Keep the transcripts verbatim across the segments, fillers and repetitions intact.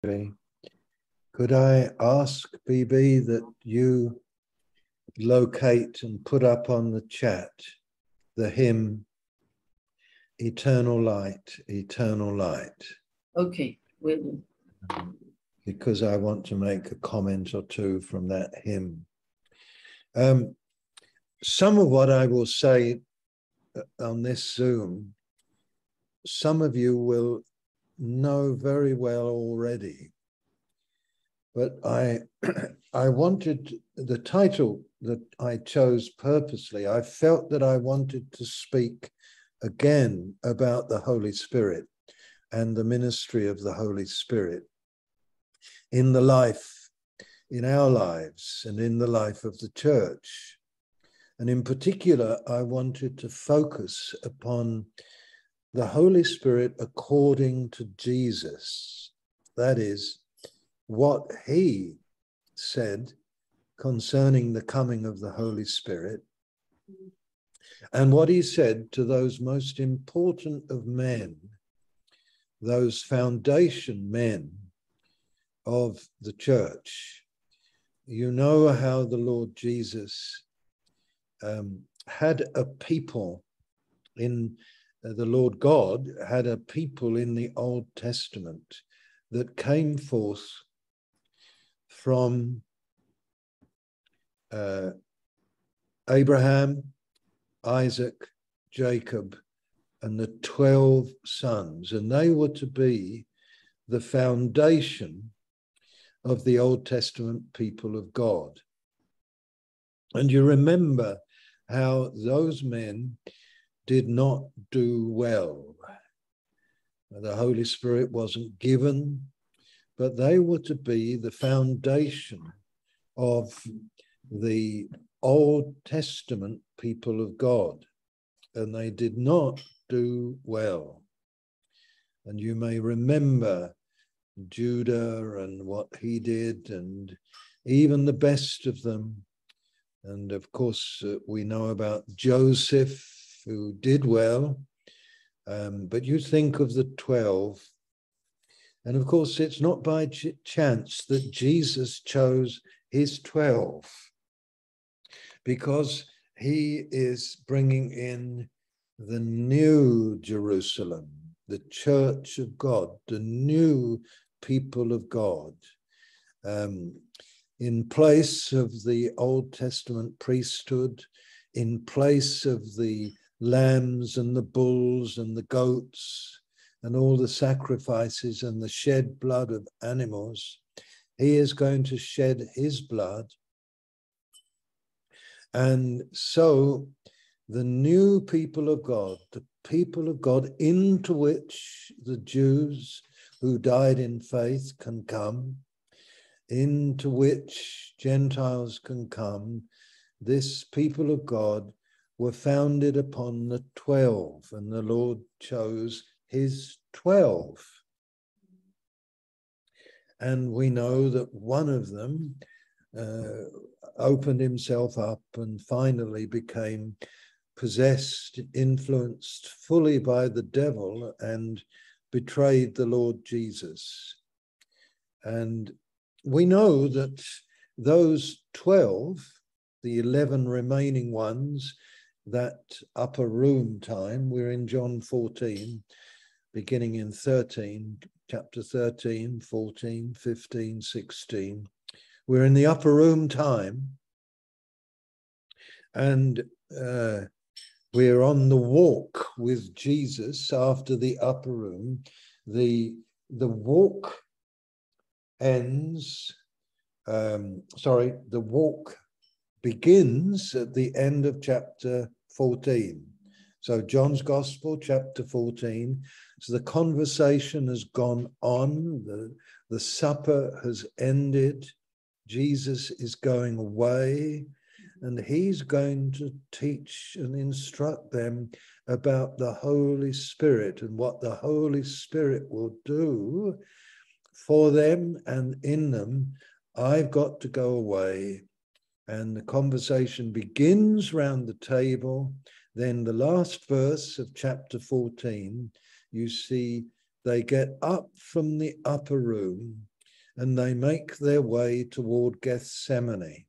Could I ask, B B, that you locate and put up on the chat the hymn, Eternal Light, Eternal Light? Okay, will do. Because I want to make a comment or two from that hymn. Um, some of what I will say on this Zoom, some of you will know very well already. But I, I wanted, the title that I chose purposely, I felt that I wanted to speak again about the Holy Spirit and the ministry of the Holy Spirit in the life, in our lives, and in the life of the church. And in particular, I wanted to focus upon the Holy Spirit according to Jesus. That is, what he said concerning the coming of the Holy Spirit, and what he said to those most important of men, those foundation men of the church. You know how the Lord Jesus um, had a people in, uh, the Lord God had a people in the Old Testament that came forth from uh, Abraham, Isaac, Jacob, and the twelve sons, and they were to be the foundation of the Old Testament people of God. And you remember how those men did not do well. The Holy Spirit wasn't given, but they were to be the foundation of the Old Testament people of God, and they did not do well. And you may remember Judah and what he did, and even the best of them. And of course, uh, we know about Joseph, who did well, um, but you think of the twelve. And of course, it's not by ch chance that Jesus chose his twelve, because he is bringing in the new Jerusalem, the church of God, the new people of God, um, in place of the Old Testament priesthood, in place of the lambs and the bulls and the goats and all the sacrifices and the shed blood of animals. He is going to shed his blood. And so the new people of God, the people of God into which the Jews who died in faith can come, into which Gentiles can come, this people of God were founded upon the twelve, and the Lord chose his twelve. And we know that one of them uh, opened himself up and finally became possessed, influenced fully by the devil, and betrayed the Lord Jesus. And we know that those twelve, the eleven remaining ones, that upper room time, we're in John fourteen, beginning in thirteen, chapter thirteen, fourteen, fifteen, sixteen. We're in the upper room time, and uh, we're on the walk with Jesus after the upper room. The, the walk ends, um, sorry, the walk begins at the end of chapter fourteen. So John's Gospel, chapter fourteen. So the conversation has gone on, the, the supper has ended, Jesus is going away, and he's going to teach and instruct them about the Holy Spirit and what the Holy Spirit will do for them and in them. I've got to go away. And the conversation begins round the table. Then the last verse of chapter fourteen, you see they get up from the upper room and they make their way toward Gethsemane.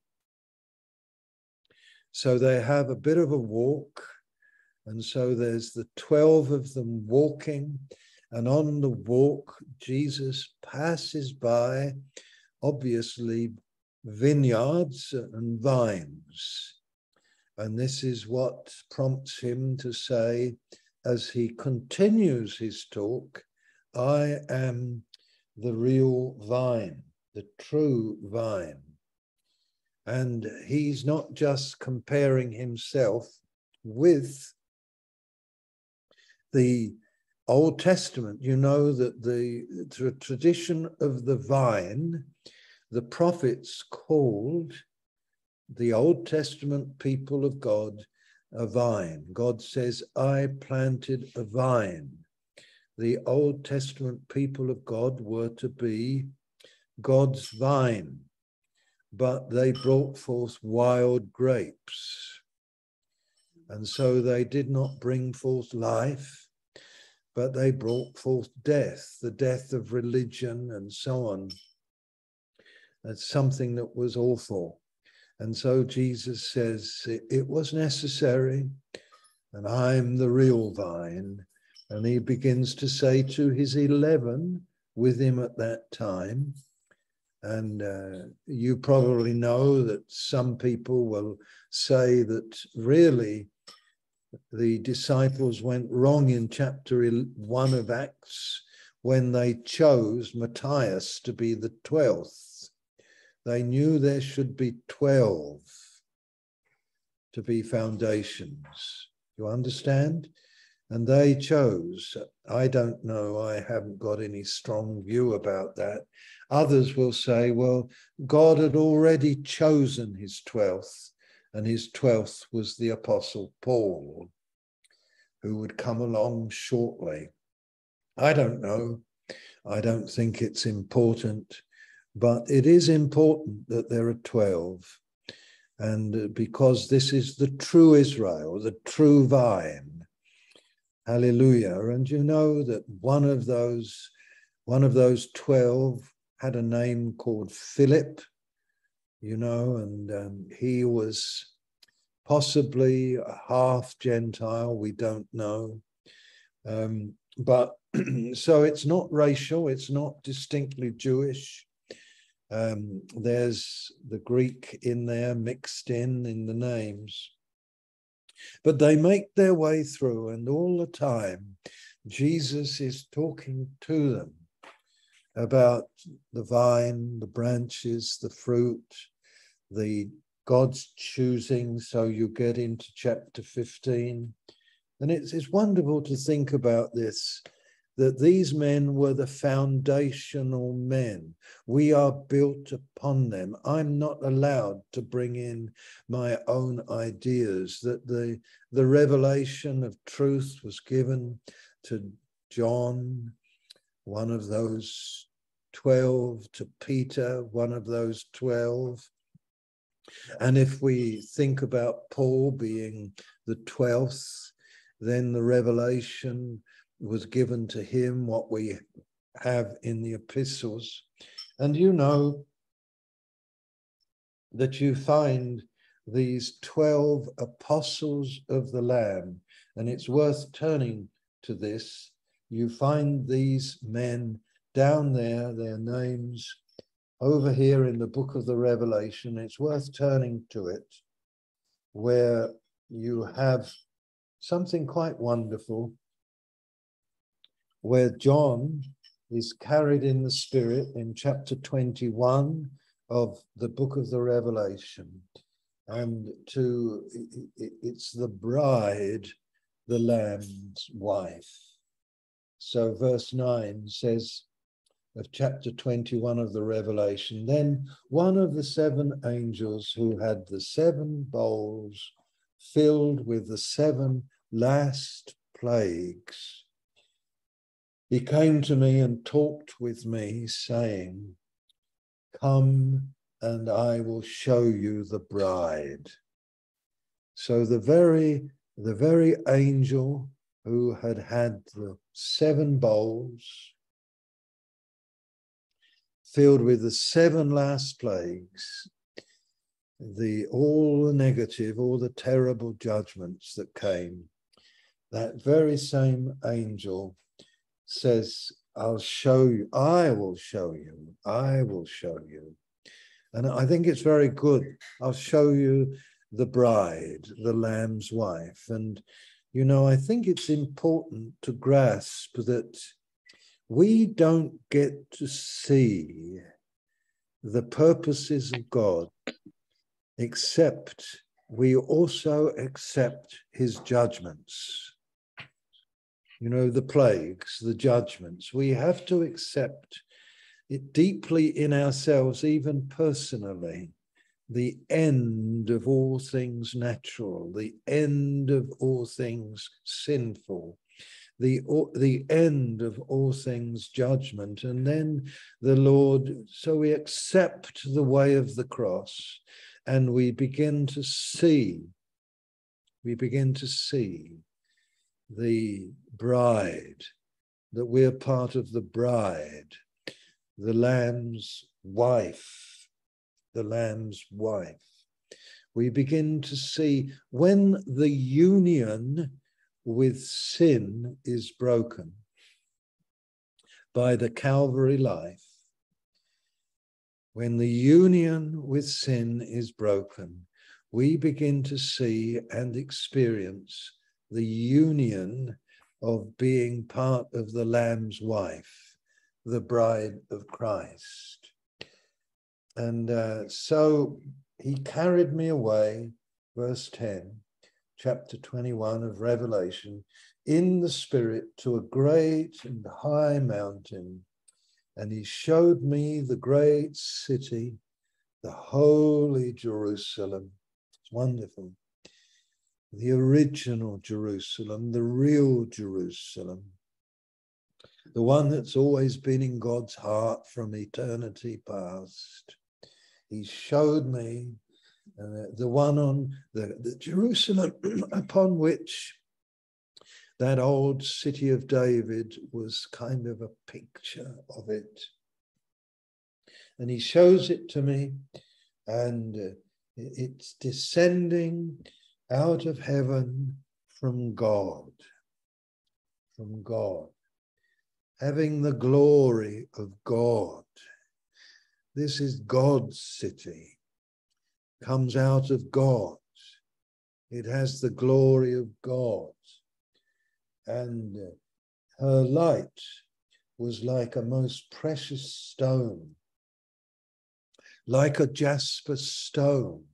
So they have a bit of a walk, and so there's the twelve of them walking, and on the walk, Jesus passes by, obviously, vineyards and vines. And this is what prompts him to say, as he continues his talk, I am the real vine, the true vine. And he's not just comparing himself with the Old Testament. You know that the, the tradition of the vine, the prophets called the Old Testament people of God a vine. God says, I planted a vine. The Old Testament people of God were to be God's vine, but they brought forth wild grapes. And so they did not bring forth life, but they brought forth death, the death of religion and so on. That's something that was awful. And so Jesus says, it, it was necessary, and I'm the real vine. And he begins to say to his eleven with him at that time, and uh, you probably know that some people will say that really the disciples went wrong in chapter one of Acts when they chose Matthias to be the twelfth. They knew there should be twelve to be foundations. You understand? And they chose. I don't know. I haven't got any strong view about that. Others will say, well, God had already chosen his twelfth, and his twelfth was the Apostle Paul, who would come along shortly. I don't know. I don't think it's important. But it is important that there are twelve. And because this is the true Israel, the true vine. Hallelujah. And you know that one of those, one of those twelve had a name called Philip, you know, and um, he was possibly a half Gentile, we don't know. Um, but so it's not racial, it's not distinctly Jewish. Um, there's the Greek in there mixed in in the names. But they make their way through, and all the time Jesus is talking to them about the vine, the branches, the fruit, the God's choosing. So you get into chapter fifteen. And it's, it's wonderful to think about this, that these men were the foundational men. We are built upon them. I'm not allowed to bring in my own ideas, that the, the revelation of truth was given to John, one of those twelve, to Peter, one of those twelve. And if we think about Paul being the twelfth, then the revelation was given to him, what we have in the epistles. And you know that you find these twelve apostles of the Lamb, and it's worth turning to this. You find these men down there, their names over here in the book of the Revelation. It's worth turning to it, where you have something quite wonderful, where John is carried in the Spirit in chapter twenty-one of the book of the Revelation. And to it's the bride, the Lamb's wife. So verse nine says of chapter twenty-one of the Revelation, then one of the seven angels who had the seven bowls filled with the seven last plagues, he came to me and talked with me, saying, come and I will show you the bride. So the very, the very angel who had had the seven bowls filled with the seven last plagues, the all the negative, all the terrible judgments that came, that very same angel says, I'll show you, I will show you, I will show you. And I think it's very good. I'll show you the bride, the Lamb's wife. And, you know, I think it's important to grasp that we don't get to see the purposes of God except we also accept his judgments. You know, the plagues, the judgments, we have to accept it deeply in ourselves, even personally, the end of all things natural, the end of all things sinful, the, the end of all things judgment. And then the Lord, so we accept the way of the cross and we begin to see, we begin to see the bride, that we're part of the bride, the Lamb's wife, the Lamb's wife. We begin to see when the union with sin is broken by the Calvary life, when the union with sin is broken, we begin to see and experience the union of being part of the Lamb's wife, the bride of Christ. And uh, so he carried me away, verse ten, chapter twenty-one of Revelation, in the Spirit to a great and high mountain. And he showed me the great city, the holy Jerusalem. It's wonderful. The original Jerusalem, the real Jerusalem, the one that's always been in God's heart from eternity past. He showed me uh, the one on the, the Jerusalem upon which that old city of David was kind of a picture of it. And he shows it to me, and uh, it's descending out of heaven from God, from God, having the glory of God. This is God's city, comes out of God. It has the glory of God. And her light was like a most precious stone, like a jasper stone,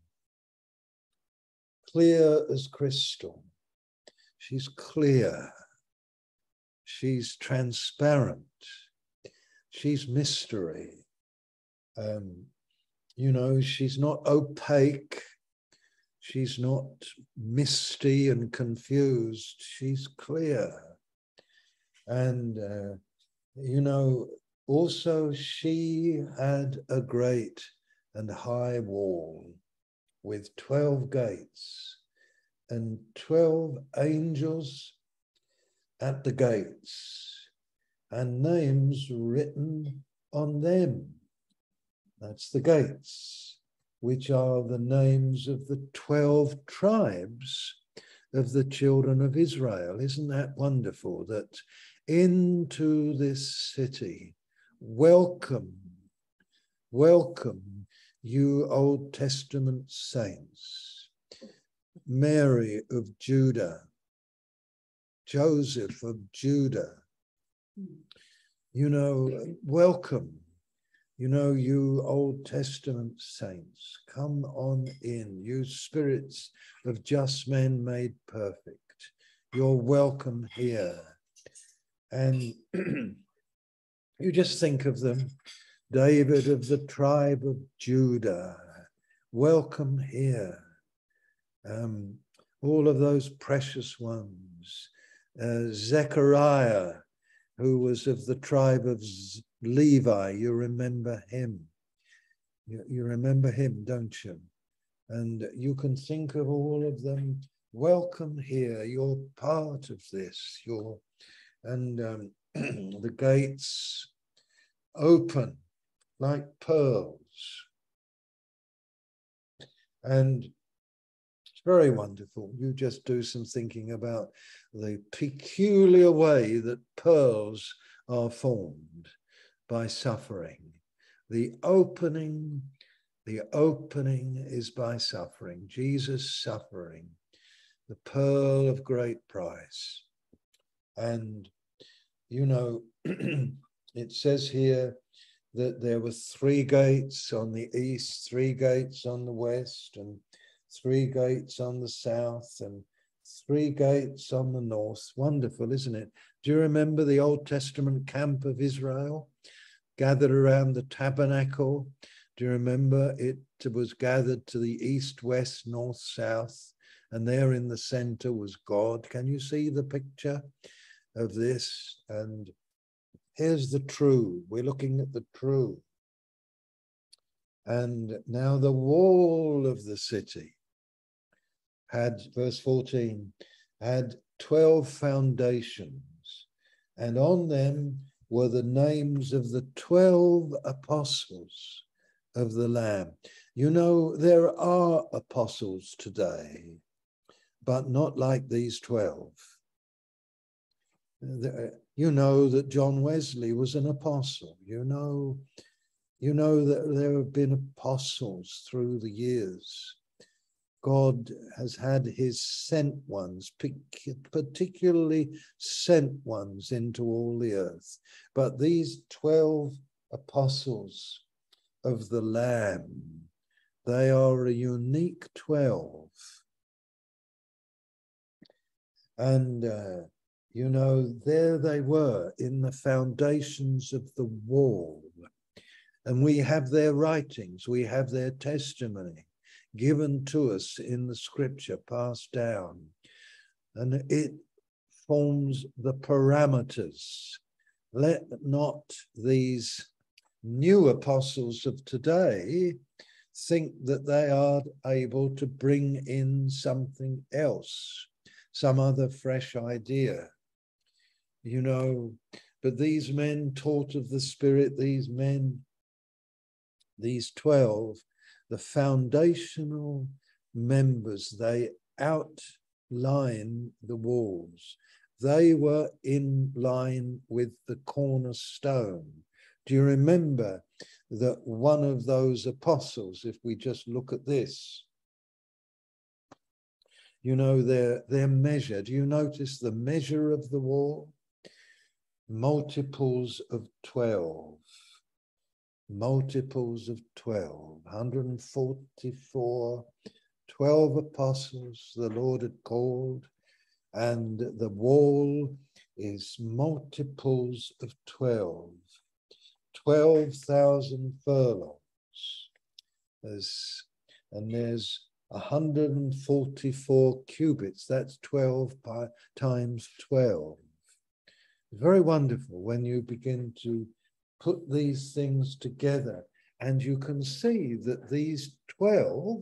clear as crystal. She's clear. She's transparent. She's mystery. Um, you know, she's not opaque. She's not misty and confused. She's clear. And, uh, you know, also she had a great and high wall with twelve gates and twelve angels at the gates and names written on them. That's the gates, which are the names of the twelve tribes of the children of Israel. Isn't that wonderful that into this city, welcome, welcome, you Old Testament saints, Mary of Judah, Joseph of Judah, you know, welcome. You know, you Old Testament saints, come on in, you spirits of just men made perfect. You're welcome here. And you just think of them, David of the tribe of Judah, welcome here. Um, all of those precious ones, uh, Zechariah, who was of the tribe of Levi, you remember him. You, you remember him, don't you? And you can think of all of them. Welcome here. You're part of this. You're, and um, the gates open like pearls. And it's very wonderful. You just do some thinking about the peculiar way that pearls are formed by suffering. The opening, the opening is by suffering. Jesus suffering, the pearl of great price. And, you know, it says here that there were three gates on the east, three gates on the west, and three gates on the south, and three gates on the north. Wonderful, isn't it? Do you remember the Old Testament camp of Israel gathered around the tabernacle? Do you remember it was gathered to the east, west, north, south, and there in the center was God? Can you see the picture of this? And here's the true. We're looking at the true. And now the wall of the city had, verse fourteen, had twelve foundations, and on them were the names of the twelve apostles of the Lamb. You know, there are apostles today, but not like these twelve. You know that John Wesley was an apostle. You know, you know that there have been apostles through the years. God has had his sent ones, particularly sent ones into all the earth. But these twelve apostles of the Lamb, they are a unique twelve. And, uh, you know, there they were in the foundations of the wall. And we have their writings, we have their testimony given to us in the scripture, passed down. And it forms the parameters. Let not these new apostles of today think that they are able to bring in something else, some other fresh idea. You know, but these men taught of the Spirit, these men, these twelve, the foundational members, they outline the walls. They were in line with the cornerstone. Do you remember that one of those apostles, if we just look at this, you know, their, their measure, do you notice the measure of the wall? Multiples of twelve. Multiples of twelve, one hundred forty-four, twelve apostles the Lord had called, and the wall is multiples of twelve, twelve thousand furlongs. There's, and there's one hundred forty-four cubits, that's twelve times twelve. Very wonderful when you begin to put these things together, and you can see that these twelve,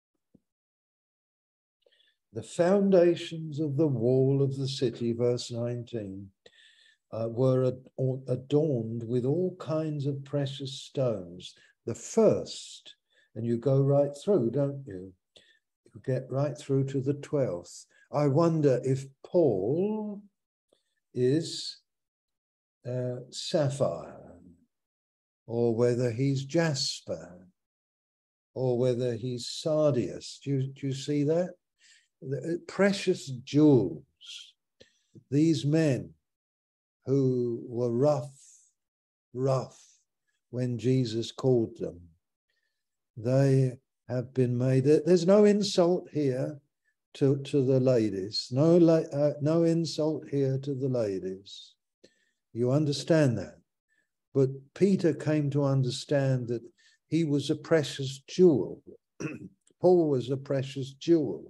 the foundations of the wall of the city, verse nineteen, uh, were ad adorned with all kinds of precious stones. The first, and you go right through, don't you? You get right through to the twelfth. I wonder if Paul is uh, sapphire, or whether he's jasper, or whether he's sardius. Do you, do you see that? The precious jewels. These men who were rough, rough when Jesus called them, they have been made. There's no insult here to, to the ladies. No, uh, no insult here to the ladies. You understand that? But Peter came to understand that he was a precious jewel. Paul was a precious jewel.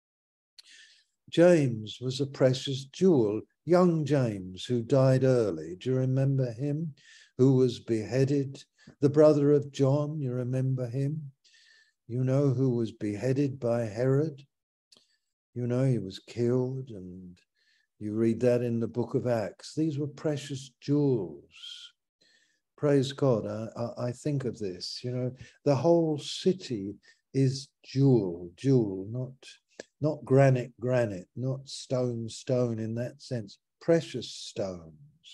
James was a precious jewel. Young James, who died early. Do you remember him? Who was beheaded? The brother of John, you remember him? You know, who was beheaded by Herod? You know, he was killed, and you read that in the book of Acts. These were precious jewels. Praise God. I, I, I think of this, you know, the whole city is jewel, jewel, not, not granite, granite, not stone, stone in that sense, precious stones.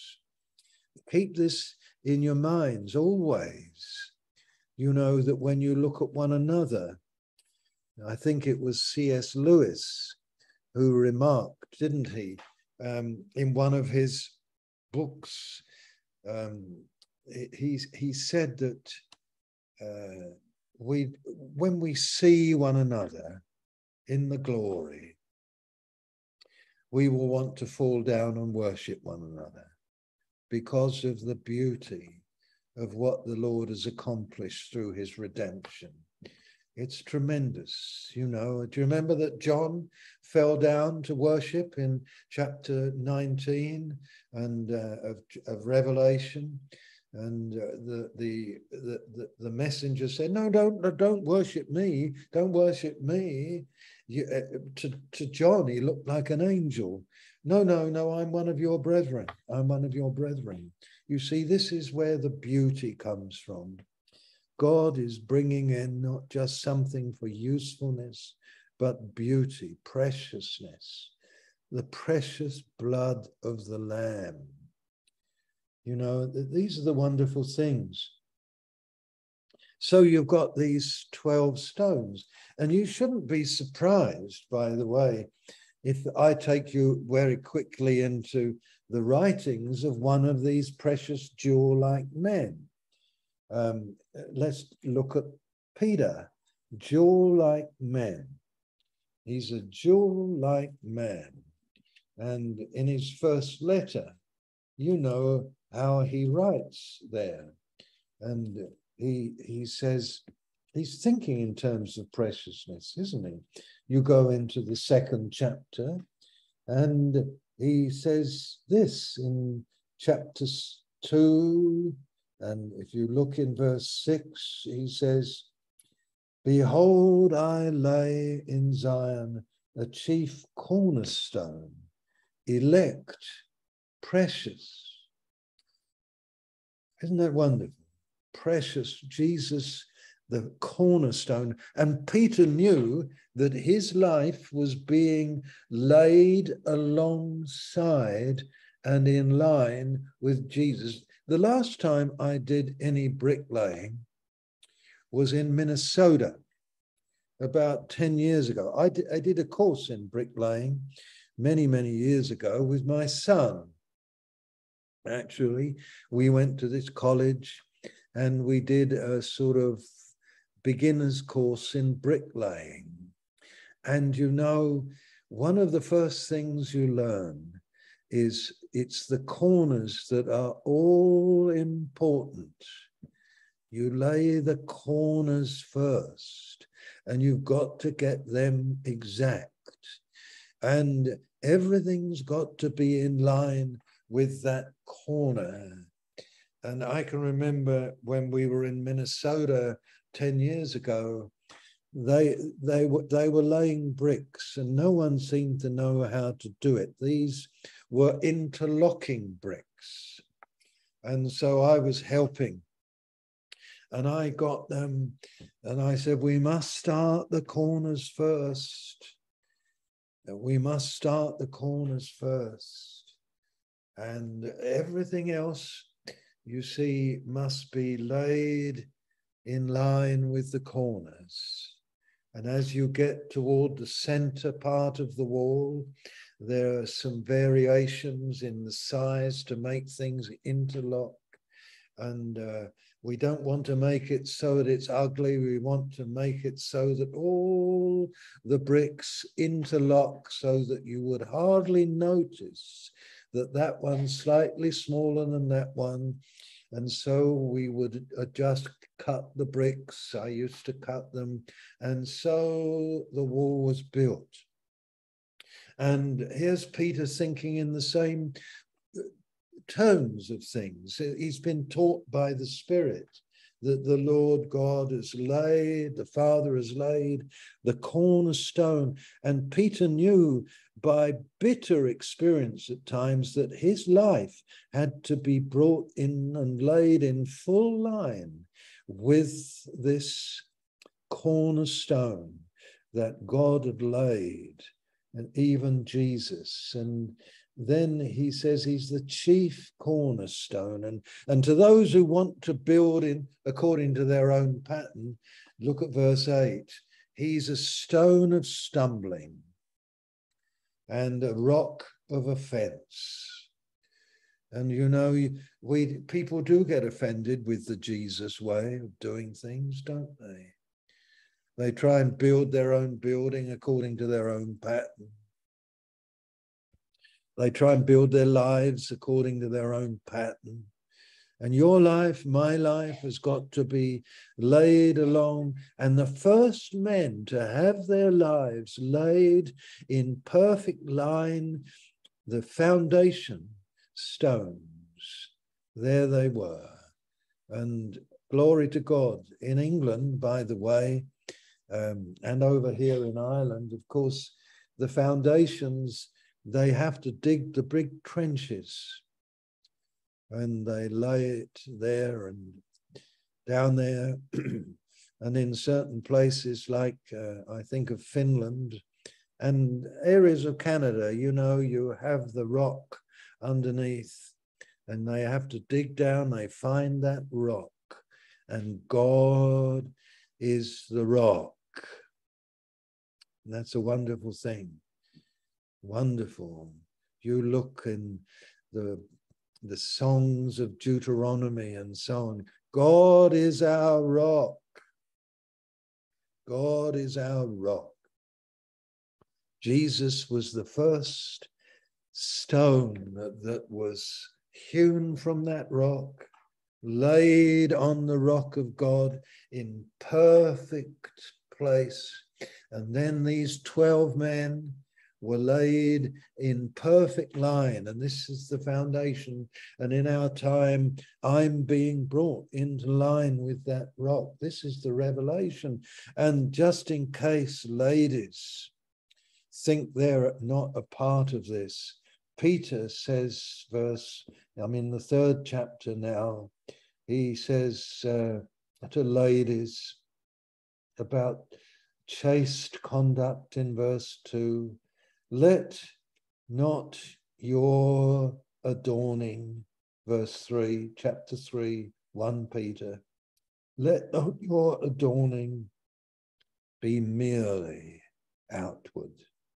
Keep this in your minds always. You know that when you look at one another, I think it was C S Lewis who remarked, didn't he, um, in one of his books, um, he, he said that uh, we, when we see one another in the glory, we will want to fall down and worship one another because of the beauty of what the Lord has accomplished through his redemption. It's tremendous, you know. Do you remember that John fell down to worship in chapter nineteen and uh, of, of Revelation? And uh, the, the the the messenger said, "No, don't don't worship me. Don't worship me." You, uh, to to John, he looked like an angel. No, no, no. I'm one of your brethren. I'm one of your brethren. You see, this is where the beauty comes from. God is bringing in not just something for usefulness, but beauty, preciousness, the precious blood of the Lamb. You know, these are the wonderful things. So you've got these twelve stones, and you shouldn't be surprised, by the way, if I take you very quickly into the writings of one of these precious jewel-like men. Um, let's look at Peter, jewel-like man. He's a jewel-like man. And in his first letter, you know how he writes there. And he, he says, he's thinking in terms of preciousness, isn't he? You go into the second chapter, and he says this in chapter two, and if you look in verse six, he says, "Behold, I lay in Zion a chief cornerstone, elect, precious." Isn't that wonderful? Precious, Jesus, the cornerstone. And Peter knew that his life was being laid alongside and in line with Jesus. The last time I did any bricklaying was in Minnesota about ten years ago. I did, I did a course in bricklaying many, many years ago with my son. Actually, we went to this college and we did a sort of beginner's course in bricklaying. And you know, one of the first things you learn is it's the corners that are all important. You lay the corners first, and you've got to get them exact. And everything's got to be in line with that corner. And I can remember when we were in Minnesota ten years ago, they they were they were laying bricks, and no one seemed to know how to do it. These were interlocking bricks, and so I was helping, and I got them, and I said, "We must start the corners first. We must start the corners first, and everything else, you see, must be laid in line with the corners." And as you get toward the center part of the wall, there are some variations in the size to make things interlock. And uh, we don't want to make it so that it's ugly. We want to make it so that all the bricks interlock so that you would hardly notice that that one's slightly smaller than that one. And so we would just cut the bricks. I used to cut them. And so the wall was built. And here's Peter thinking in the same terms of things. He's been taught by the Spirit that the Lord God has laid, the Father has laid the cornerstone. And Peter knew by bitter experience at times that his life had to be brought in and laid in full line with this cornerstone that God had laid, and even Jesus. And then he says he's the chief cornerstone. And, and to those who want to build in according to their own pattern, look at verse eight. He's a stone of stumbling and a rock of offense. And you know, we people do get offended with the Jesus way of doing things, don't they? They try and build their own building according to their own pattern. They try and build their lives according to their own pattern. And your life, my life, has got to be laid along. And the first men to have their lives laid in perfect line, the foundation stones, there they were. And glory to God. In England, by the way, um, and over here in Ireland, of course, the foundations, they have to dig the big trenches, and they lay it there and down there. And in certain places, like uh, I think of Finland and areas of Canada, you know, you have the rock underneath, and they have to dig down, they find that rock, and God is the rock. And that's a wonderful thing. Wonderful. You look in the the songs of Deuteronomy and so on. God is our rock. God is our rock. Jesus was the first stone that, that was hewn from that rock, laid on the rock of God in perfect place. And then these twelve men were laid in perfect line, and this is the foundation. And in our time, I'm being brought into line with that rock. This is the revelation. And just in case ladies think they're not a part of this, Peter says, verse, I'm in the third chapter now, he says uh, to ladies about chaste conduct in verse two, let not your adorning, verse three, chapter three, First Peter, let not your adorning be merely outward,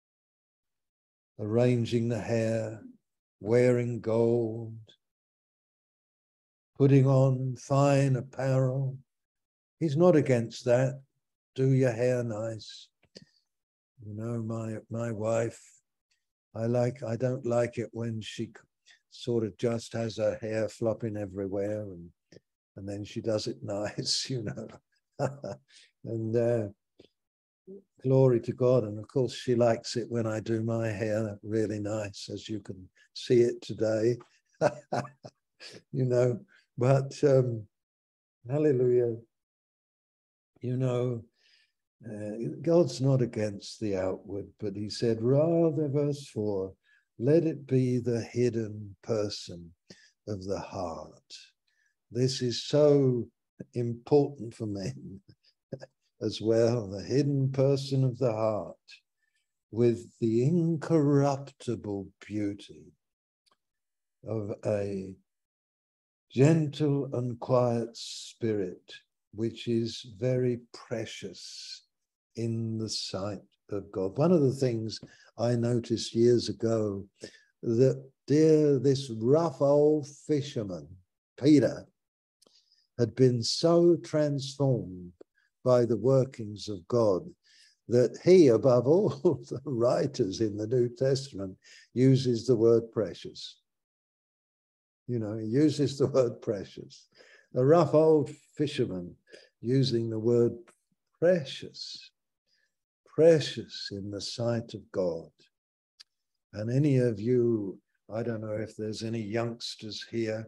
arranging the hair, wearing gold, putting on fine apparel. He's not against that. Do your hair nice. You know, my my wife, I like, I don't like it when she sort of just has her hair flopping everywhere, and and then she does it nice, you know. And uh, glory to God. And of course, she likes it when I do my hair really nice, as you can see it today. You know, but um, hallelujah. You know, Uh, God's not against the outward, but he said, rather, verse four, let it be the hidden person of the heart. This is so important for men as well, the hidden person of the heart with the incorruptible beauty of a gentle and quiet spirit, which is very precious in the sight of God. One of the things I noticed years ago, that dear, this rough old fisherman, Peter, had been so transformed by the workings of God that he, above all the writers in the New Testament, uses the word precious. You know, he uses the word precious. A rough old fisherman using the word precious. Precious in the sight of God. And any of you, I don't know if there's any youngsters here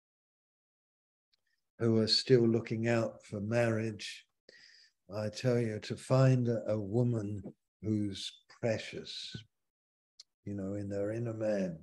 who are still looking out for marriage, I tell you, to find a, a woman who's precious, you know, in their inner man.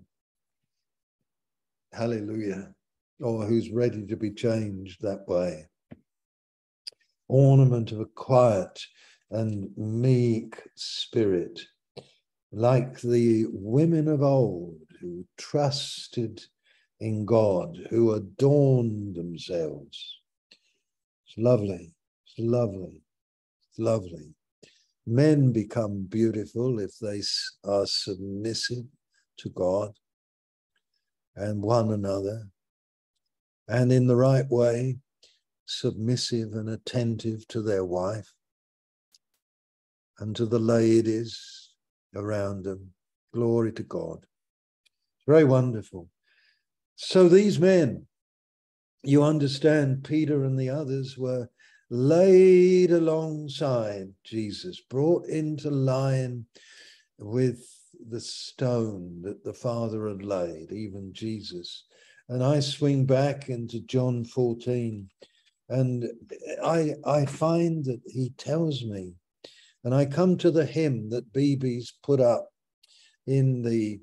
Hallelujah. Or who's ready to be changed that way. Ornament of a quiet and meek spirit, like the women of old who trusted in God, who adorned themselves. It's lovely. It's lovely. It's lovely. Men become beautiful if they are submissive to God and one another, and in the right way, submissive and attentive to their wife and to the ladies around them. Glory to God. Very wonderful. So these men, you understand, Peter and the others were laid alongside Jesus, brought into line with the stone that the Father had laid, even Jesus. And I swing back into John fourteen, and I, I find that he tells me, and I come to the hymn that B B's put up in the,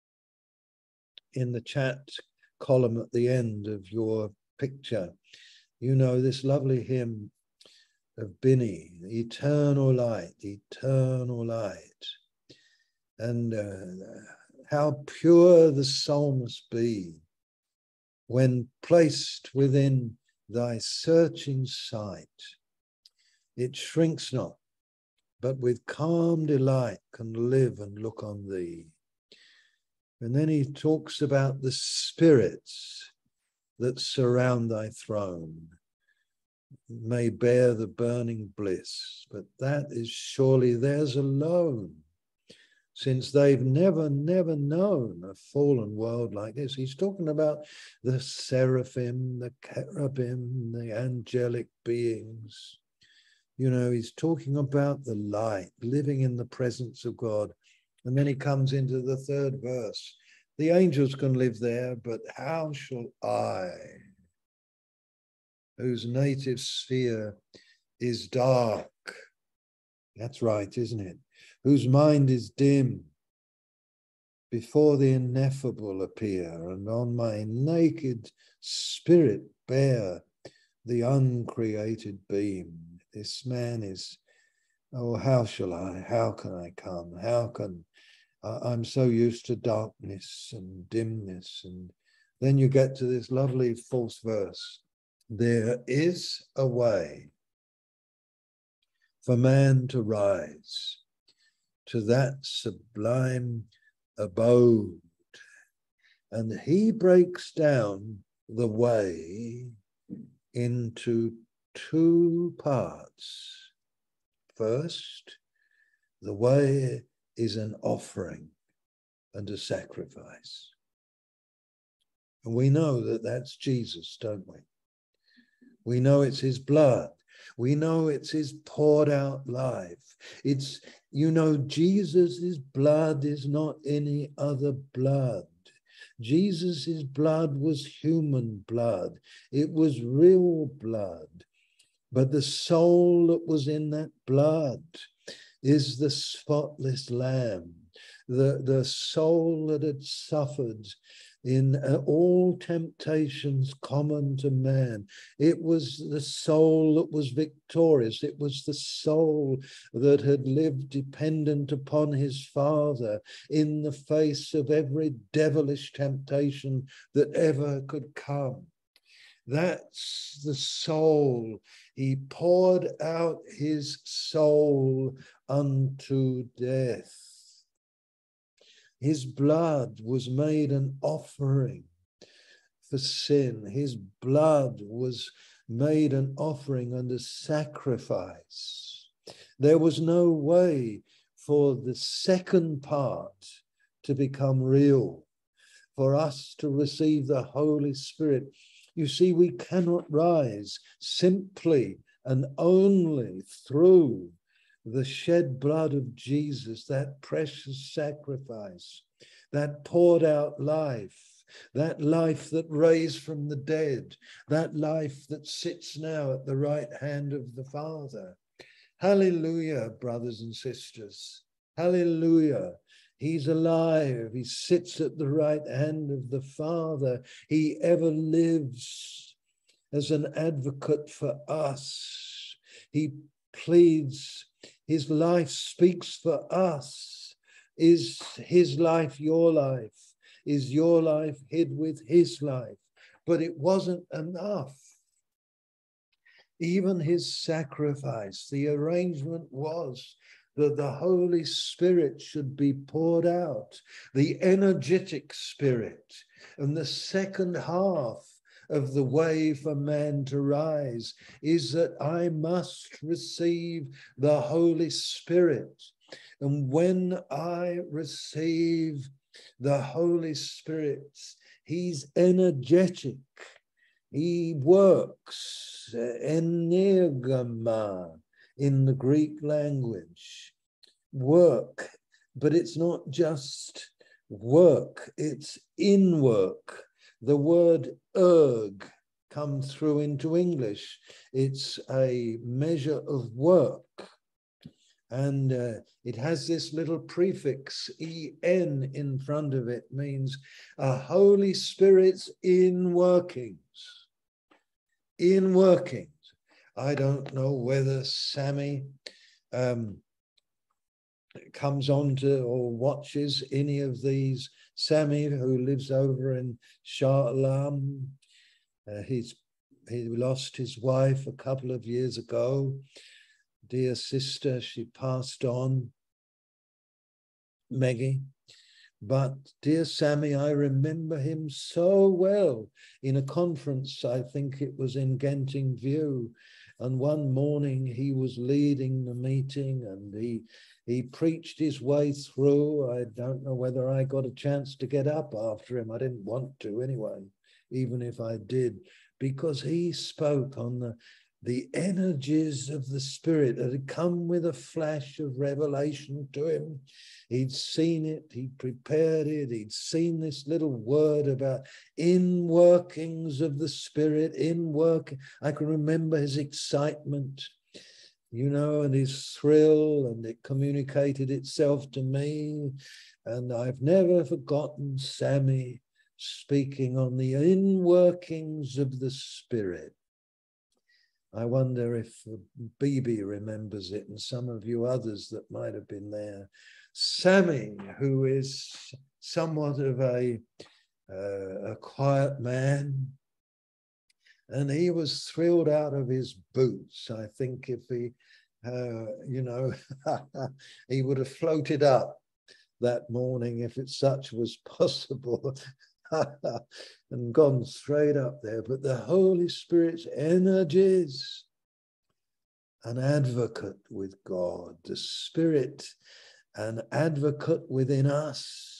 in the chat column at the end of your picture. You know, this lovely hymn of Binny, eternal light, eternal light. And uh, how pure the soul must be when placed within thy searching sight. It shrinks not, but with calm delight can live and look on thee. And then he talks about the spirits that surround thy throne may bear the burning bliss, but that is surely theirs alone, since they've never, never known a fallen world like this. He's talking about the seraphim, the cherubim, the angelic beings. You know, he's talking about the light, living in the presence of God. And then he comes into the third verse. The angels can live there, but how shall I, whose native sphere is dark? That's right, isn't it? Whose mind is dim, before the ineffable appear, and on my naked spirit bear the uncreated beam. This man is, oh, how shall I, how can I come? How can, uh, I'm so used to darkness and dimness. And then you get to this lovely fourth verse. There is a way for man to rise to that sublime abode, and he breaks down the way into two parts. First, the way is an offering and a sacrifice. And we know that that's Jesus, don't we? We know it's his blood. We know it's his poured out life. It's, you know, Jesus's blood is not any other blood. Jesus's blood was human blood. It was real blood. But the soul that was in that blood is the spotless lamb, the, the soul that had suffered in all temptations common to man. It was the soul that was victorious. It was the soul that had lived dependent upon his Father in the face of every devilish temptation that ever could come. That's the soul. He poured out his soul unto death. His blood was made an offering for sin. His blood was made an offering and a sacrifice. There was no way for the second part to become real, for us to receive the Holy Spirit. You see, we cannot rise simply and only through the shed blood of Jesus, that precious sacrifice, that poured out life, that life that raised from the dead, that life that sits now at the right hand of the Father. Hallelujah, brothers and sisters. Hallelujah. He's alive. He sits at the right hand of the Father. He ever lives as an advocate for us. He pleads. His life speaks for us. Is his life your life? Is your life hid with his life? But it wasn't enough. Even his sacrifice, the arrangement was that the Holy Spirit should be poured out, the energetic Spirit. And the second half of the way for man to rise is that I must receive the Holy Spirit. And when I receive the Holy Spirit, he's energetic. He works, energema in the Greek language, work, but it's not just work, it's in work. The word erg comes through into English. It's a measure of work. And uh, it has this little prefix, E N, in front of it, means a Holy Spirit's in workings. In workings. I don't know whether Sammy um, comes on to or watches any of these. Sammy, who lives over in Shah Alam, uh, he's, he lost his wife a couple of years ago. Dear sister, she passed on, Maggie. But dear Sammy, I remember him so well in a conference, I think it was in Genting View. And one morning he was leading the meeting and he, he preached his way through. I don't know whether I got a chance to get up after him. I didn't want to anyway, even if I did, because he spoke on the the energies of the Spirit that had come with a flash of revelation to him. He'd seen it, he'd prepared it, he'd seen this little word about in workings of the Spirit, in work. I can remember his excitement, you know, and his thrill, and it communicated itself to me. And I've never forgotten Sammy speaking on the in workings of the Spirit. I wonder if B B remembers it and some of you others that might have been there. Sammy, who is somewhat of a, uh, a quiet man, and he was thrilled out of his boots. I think if he, uh, you know, he would have floated up that morning if it such was possible. And gone straight up there. But the Holy Spirit's energies, an advocate with God, the Spirit, an advocate within us,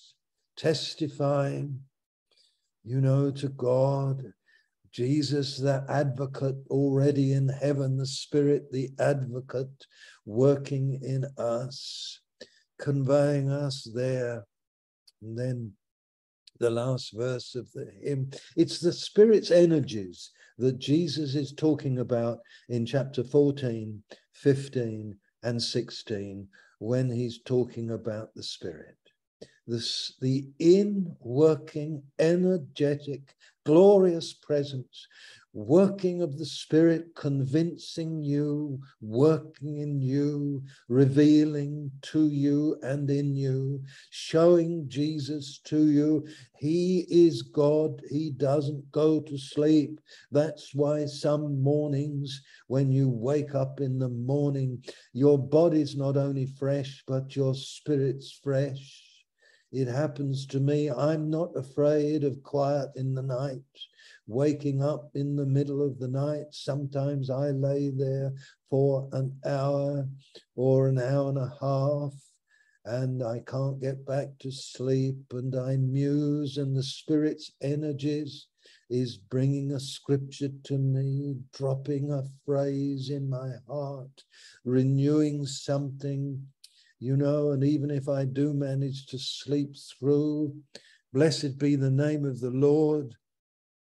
testifying, you know, to God. Jesus, the advocate already in heaven, the Spirit, the advocate working in us, conveying us there. And then the last verse of the hymn. It's the Spirit's energies that Jesus is talking about in chapter fourteen, fifteen, and sixteen, when he's talking about the Spirit. This, the in-working, energetic, glorious presence, working of the Spirit, convincing you, working in you, revealing to you and in you, showing Jesus to you. He is God. He doesn't go to sleep. That's why some mornings when you wake up in the morning, your body's not only fresh, but your spirit's fresh. It happens to me. I'm not afraid of quiet in the night, waking up in the middle of the night. Sometimes I lay there for an hour or an hour and a half, and I can't get back to sleep, and I muse, and the Spirit's energies is bringing a scripture to me, dropping a phrase in my heart, renewing something. You know, and even if I do manage to sleep through, blessed be the name of the Lord.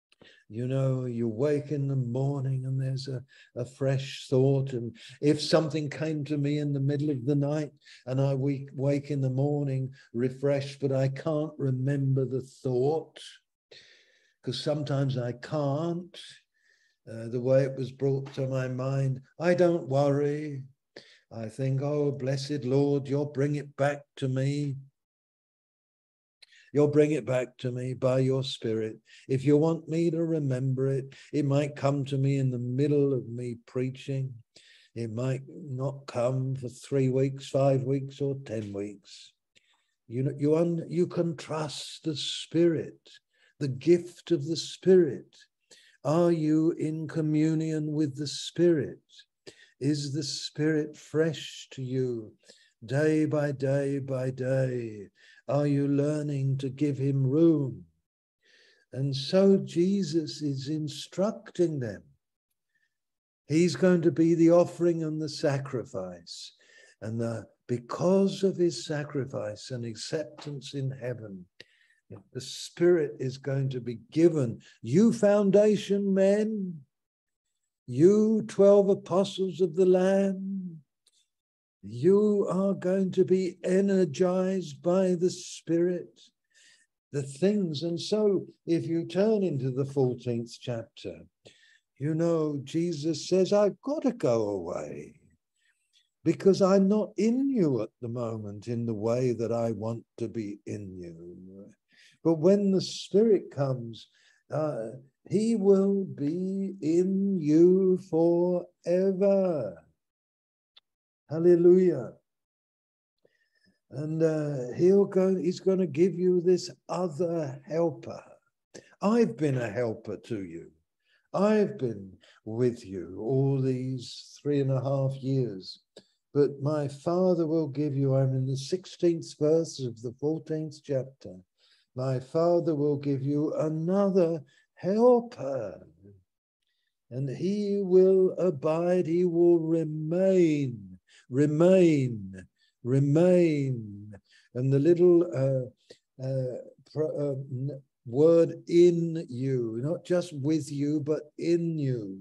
You know, you wake in the morning and there's a, a fresh thought. And if something came to me in the middle of the night and I wake, wake in the morning refreshed, but I can't remember the thought, because sometimes I can't, uh, the way it was brought to my mind, I don't worry. I think, oh, blessed Lord, you'll bring it back to me. You'll bring it back to me by your Spirit. If you want me to remember it, it might come to me in the middle of me preaching. It might not come for three weeks, five weeks, or ten weeks. You know, you, un, you can trust the Spirit, the gift of the Spirit. Are you in communion with the Spirit? Is the Spirit fresh to you day by day by day? Are you learning to give him room? And so Jesus is instructing them. He's going to be the offering and the sacrifice. And the, because of his sacrifice and acceptance in heaven, the Spirit is going to be given. You foundation men, you twelve apostles of the Lamb, you are going to be energized by the Spirit, the things. And so if you turn into the fourteenth chapter, you know, Jesus says, I've got to go away because I'm not in you at the moment in the way that I want to be in you. But when the Spirit comes, uh, he will be in you forever. Hallelujah. And uh, he'll go, he's going to give you this other helper. I've been a helper to you. I've been with you all these three and a half years. But my Father will give you, I'm in the sixteenth verse of the fourteenth chapter. My Father will give you another helper. And he will abide, he will remain, remain, remain. And the little uh, uh, pro, uh, word in you, not just with you, but in you,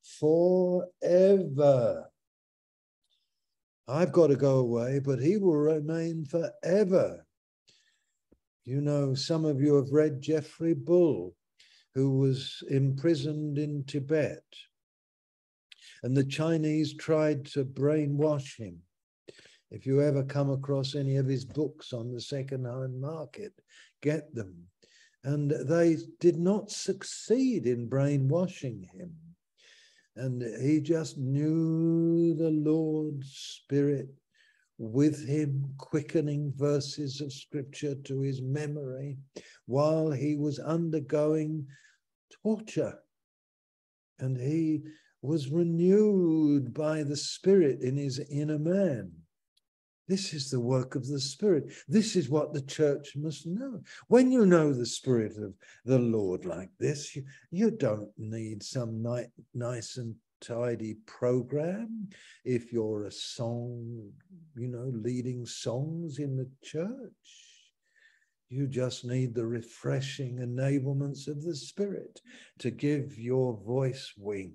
forever. I've got to go away, but he will remain forever. You know, some of you have read Geoffrey Bull, who was imprisoned in Tibet. And the Chinese tried to brainwash him. If you ever come across any of his books on the second-hand market, get them. And they did not succeed in brainwashing him. And he just knew the Lord's Spirit with him, quickening verses of scripture to his memory while he was undergoing torture. And he was renewed by the Spirit in his inner man. This is the work of the Spirit. This is what the church must know. When you know the Spirit of the Lord like this, you, you don't need some ni nice and tidy program. If you're a song, you know, leading songs in the church, you just need the refreshing enablements of the Spirit to give your voice wings.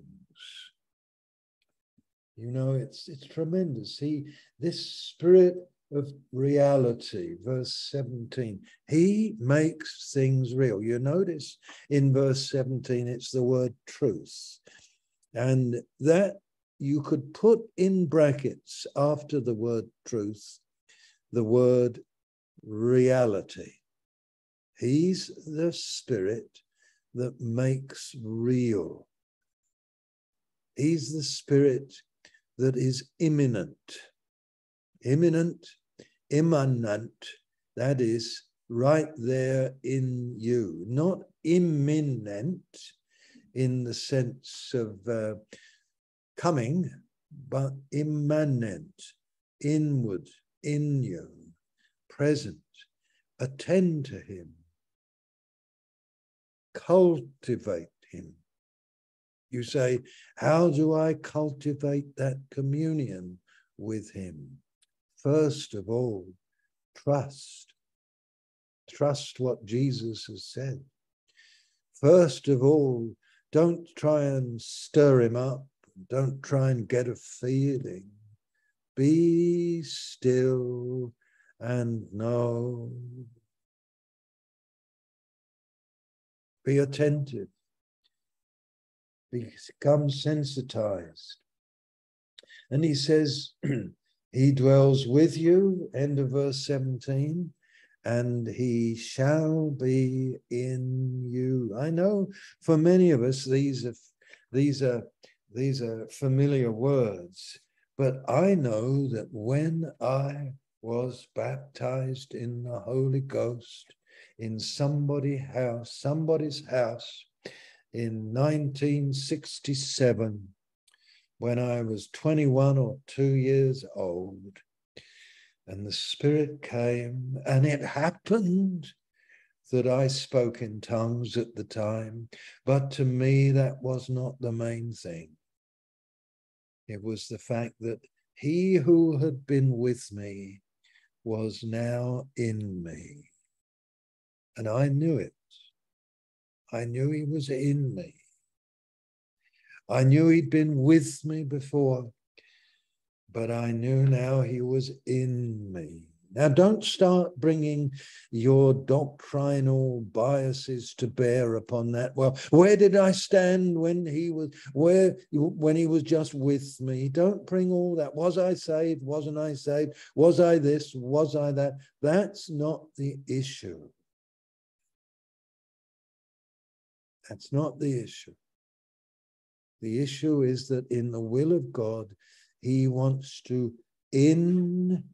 You know, it's it's tremendous. He, this Spirit of reality, verse seventeen, he makes things real. You notice in verse seventeen, it's the word truth. And that you could put in brackets after the word truth, the word reality. He's the Spirit that makes real. He's the Spirit that is imminent, imminent, immanent, that is right there in you, not imminent in the sense of uh, coming, but immanent, inward, in you, present. Attend to him, cultivate him. You say, how do I cultivate that communion with him? First of all, trust. Trust what Jesus has said. first of all, don't try and stir him up. Don't try and get a feeling. Be still and know. Be attentive. Become sensitized. And he says, he dwells with you, end of verse seventeen, and he shall be in you. I know for many of us, these are, these are, these are familiar words, but I know that when I was baptized in the Holy Ghost in somebody's house, somebody's house in nineteen sixty-seven, when I was twenty-one or two years old, and the Spirit came, and it happened that I spoke in tongues at the time, but to me that was not the main thing. It was the fact that he who had been with me was now in me. And I knew it. I knew he was in me. I knew he'd been with me before, but I knew now he was in me. Now, don't start bringing your doctrinal biases to bear upon that. Well, where did I stand when he was, where, when he was just with me? Don't bring all that. Was I saved? Wasn't I saved? Was I this? Was I that? That's not the issue. That's not the issue. The issue is that in the will of God, he wants to indwell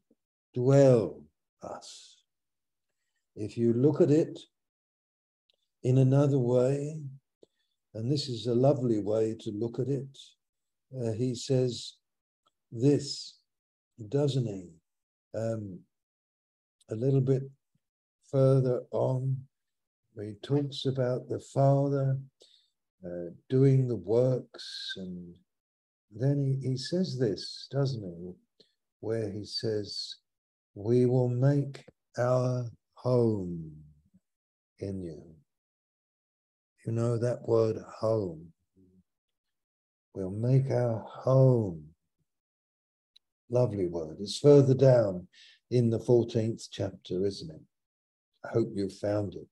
us. If you look at it in another way, and this is a lovely way to look at it, uh, he says this, doesn't he? Um, a little bit further on, where he talks about the Father uh, doing the works, and then he, he says this, doesn't he? Where he says, we will make our home in you. You know that word home. We'll make our home. Lovely word. It's further down in the fourteenth chapter, isn't it? I hope you've found it.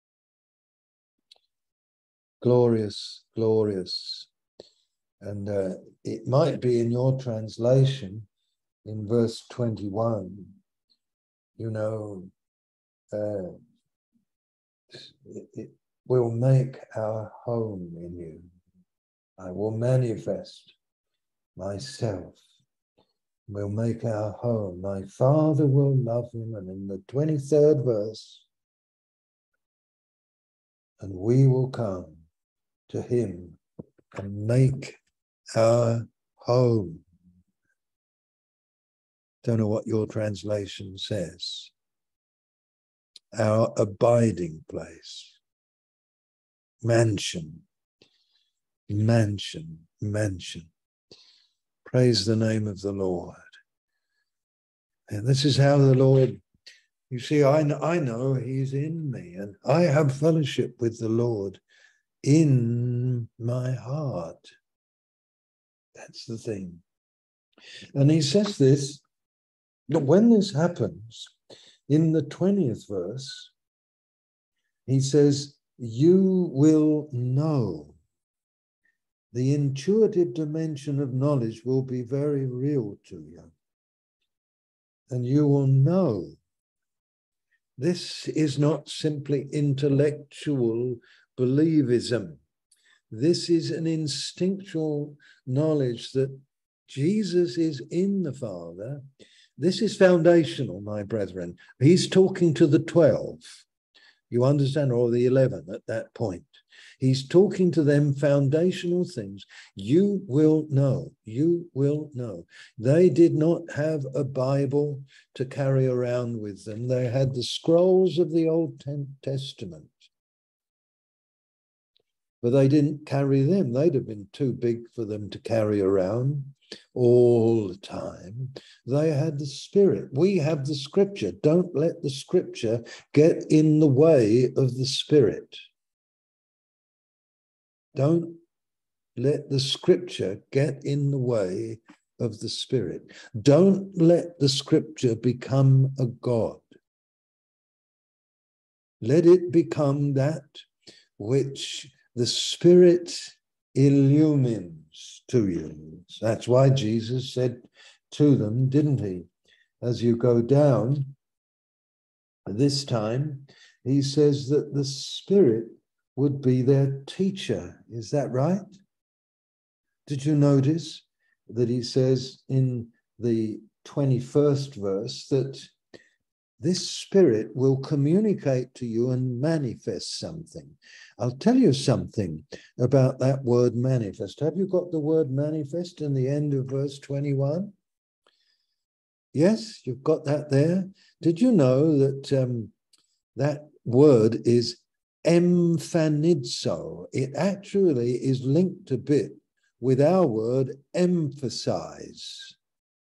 Glorious, glorious. And uh, it might be in your translation, in verse twenty-one, you know, uh, it, it will make our home in you. I will manifest myself. We'll make our home. My Father will love him. And in the twenty-third verse, and we will come to him and make our home. Don't know what your translation says. Our abiding place. Mansion. Mansion. Mansion. Praise the name of the Lord. And this is how the Lord, you see, I, I know he's in me, and I have fellowship with the Lord in my heart. That's the thing. And he says this, that when this happens, in the twentieth verse, he says, you will know. The intuitive dimension of knowledge will be very real to you. And you will know. This is not simply intellectual believism. This is an instinctual knowledge that Jesus is in the Father. This is foundational, my brethren. He's talking to the twelve. You understand, or the eleven at that point. He's talking to them foundational things. You will know. You will know. They did not have a Bible to carry around with them. They had the scrolls of the Old Testament. But they didn't carry them. They'd have been too big for them to carry around all the time. They had the Spirit. We have the Scripture. Don't let the Scripture get in the way of the Spirit. Don't let the scripture get in the way of the Spirit. Don't let the scripture become a God. Let it become that which the Spirit illumines to you. That's why Jesus said to them, didn't he? As you go down, this time, he says that the Spirit would be their teacher. Is that right? Did you notice that he says in the twenty-first verse that this Spirit will communicate to you and manifest something? I'll tell you something about that word manifest. Have you got the word manifest in the end of verse twenty-one? Yes, you've got that there. Did you know that um, that word is emphanizo? It actually is linked a bit with our word emphasize.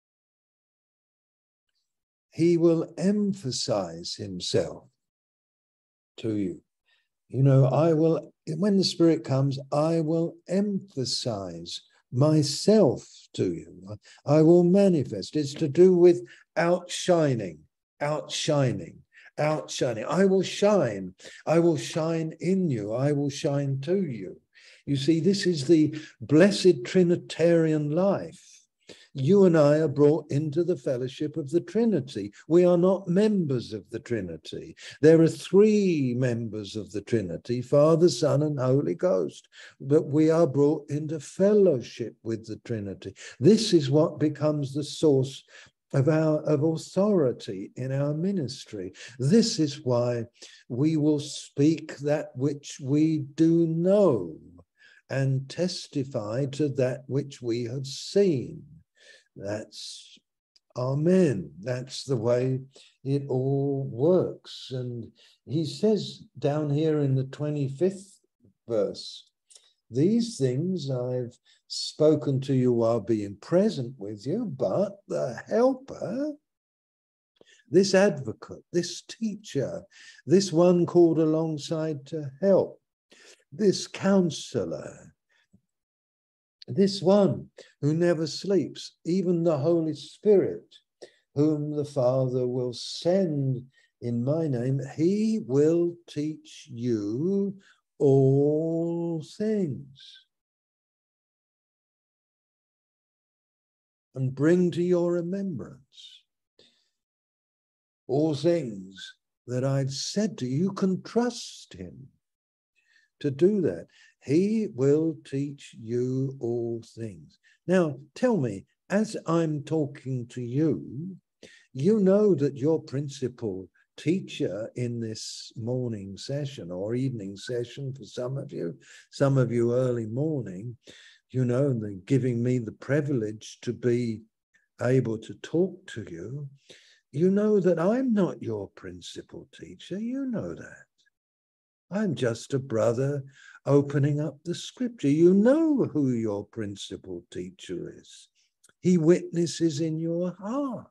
He will emphasize himself to you. You know, I will, when the Spirit comes, I will emphasize myself to you. I will manifest. It's to do with outshining, outshining, outshining. I will shine. I will shine in you. I will shine to you. You see, this is the blessed Trinitarian life. You and I are brought into the fellowship of the Trinity. We are not members of the Trinity. There are three members of the Trinity, Father, Son, and Holy Ghost. But we are brought into fellowship with the Trinity. This is what becomes the source of our of authority in our ministry. This is why we will speak that which we do know and testify to that which we have seen. That's amen. That's the way it all works. And he says down here in the twenty-fifth verse, these things I've spoken to you while being present with you, but the helper, this advocate, this teacher, this one called alongside to help, this counselor, this one who never sleeps, even the Holy Spirit, whom the Father will send in my name, he will teach you all things and bring to your remembrance all things that I've said to you. You can trust him to do that. He will teach you all things. Now, tell me, as I'm talking to you, you know that your principal teacher in this morning session or evening session for some of you, some of you early morning, you know, and they're giving me the privilege to be able to talk to you. You know that I'm not your principal teacher. You know that. I'm just a brother opening up the scripture. You know who your principal teacher is. He witnesses in your heart.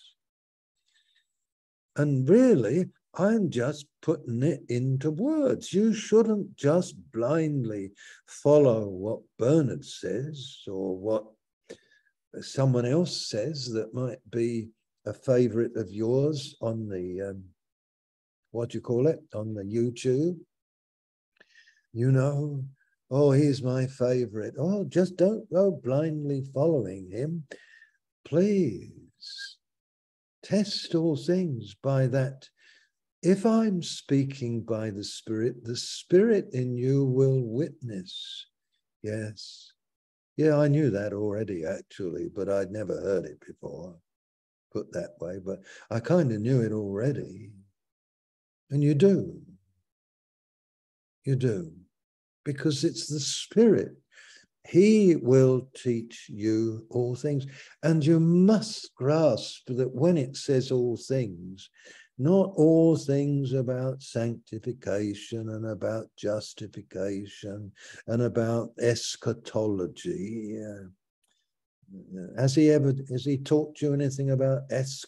And really, I'm just putting it into words. You shouldn't just blindly follow what Bernard says or what someone else says that might be a favorite of yours on the, um, what do you call it, on the YouTube. You know, oh, he's my favorite. Oh, just don't go blindly following him. Please test all things by that. If I'm speaking by the Spirit, the Spirit in you will witness. Yes. Yeah, I knew that already, actually, but I'd never heard it before, put that way. But I kind of knew it already. And you do. You do. Because it's the Spirit. He will teach you all things. And you must grasp that when it says all things, not all things about sanctification and about justification and about eschatology. Uh, has he ever, has he taught you anything about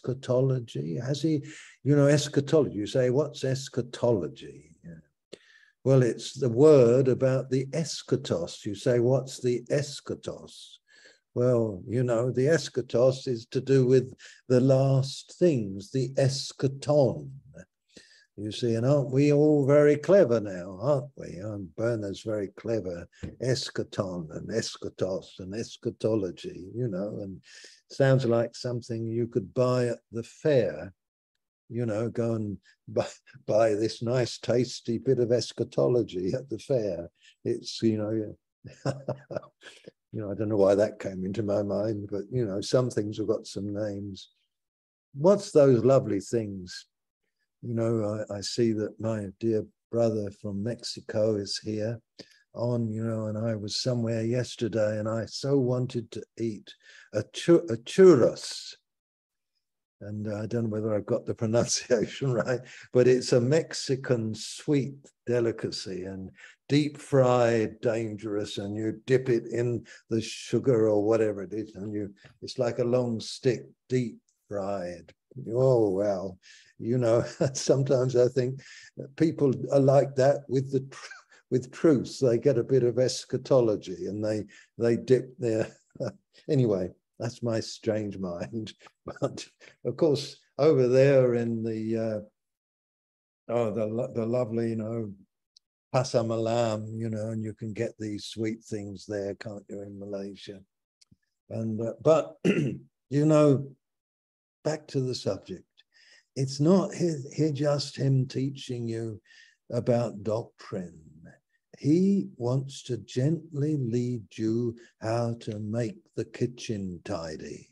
eschatology? Has he, you know, eschatology, you say, what's eschatology? Well, it's the word about the eschatos. You say, what's the eschatos? Well, you know, the eschatos is to do with the last things, the eschaton. You see, and aren't we all very clever now, aren't we? And Bernard's very clever. Eschaton and eschatos and eschatology, you know, and sounds like something you could buy at the fair. You know, go and buy, buy this nice, tasty bit of eschatology at the fair. It's, you know, you know, I don't know why that came into my mind, but, you know, some things have got some names. What's those lovely things? You know, I, I see that my dear brother from Mexico is here on, you know, and I was somewhere yesterday and I so wanted to eat a, chur a churros. And I don't know whether I've got the pronunciation right, but it's a Mexican sweet delicacy and deep fried, dangerous, and you dip it in the sugar or whatever it is, and you it's like a long stick, deep fried. Oh, wow. You know, sometimes I think people are like that with the with truth. They get a bit of eschatology and they they dip their anyway. That's my strange mind. But of course, over there in the uh, oh the the lovely, you know, Pasar Malam, you know, and you can get these sweet things there, can't you, in Malaysia? And uh, but you know, back to the subject. It's not his, he just him teaching you about doctrine. He wants to gently lead you how to make the kitchen tidy.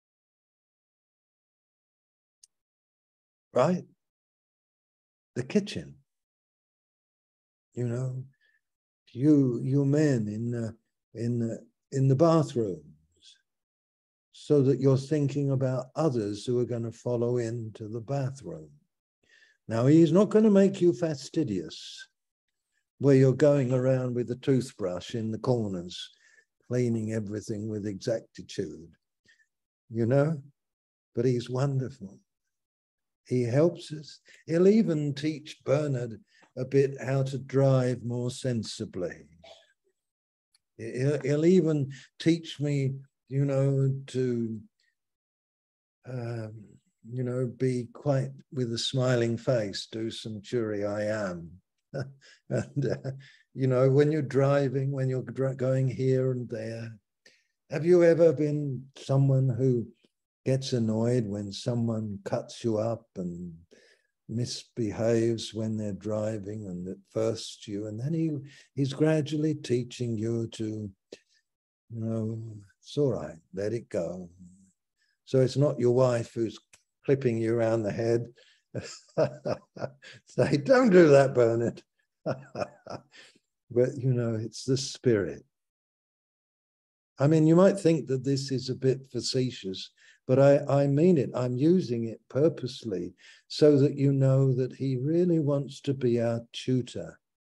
Right? The kitchen. You know, you you men in the, in the, in the bathrooms, so that you're thinking about others who are going to follow into the bathroom. Now, he's not going to make you fastidious, where you're going around with a toothbrush in the corners, cleaning everything with exactitude, you know, but he's wonderful. He helps us. He'll even teach Bernard a bit how to drive more sensibly. He'll, he'll even teach me, you know, to, um, you know, be quite with a smiling face, do some churi I am. And, uh, you know, when you're driving, when you're going here and there, have you ever been someone who gets annoyed when someone cuts you up and misbehaves when they're driving, and at first you, and then he he's gradually teaching you to, you know, it's all right, let it go. So it's not your wife who's clipping you around the head. Say, don't do that, Bernard. But, you know, it's the Spirit. I mean, you might think that this is a bit facetious, but I, I mean it. I'm using it purposely so that you know that he really wants to be our tutor.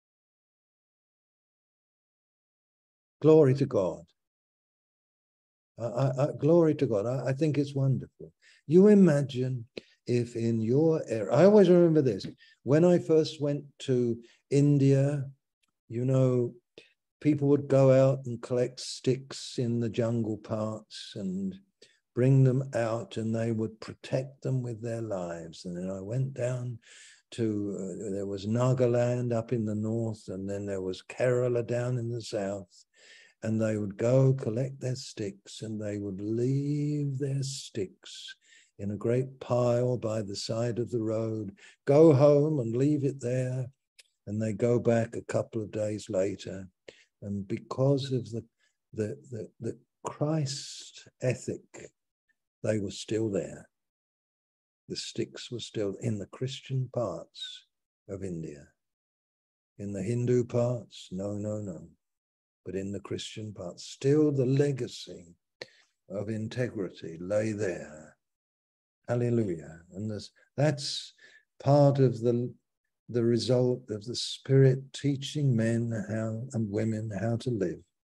Glory to God. I, I, glory to God. I, I think it's wonderful. You imagine if in your area, I always remember this, when I first went to India, you know, people would go out and collect sticks in the jungle parts and bring them out, and they would protect them with their lives. And then I went down to, uh, there was Nagaland up in the north, and then there was Kerala down in the south. And they would go collect their sticks, and they would leave their sticks in a great pile by the side of the road, go home and leave it there. And they go back a couple of days later. And because of the, the, the, the Christ ethic, they were still there. The sticks were still in the Christian parts of India. In the Hindu parts, no, no, no. But in the Christian parts, still the legacy of integrity lay there. Hallelujah. And this, that's part of the, the result of the Spirit teaching men how and women how to live.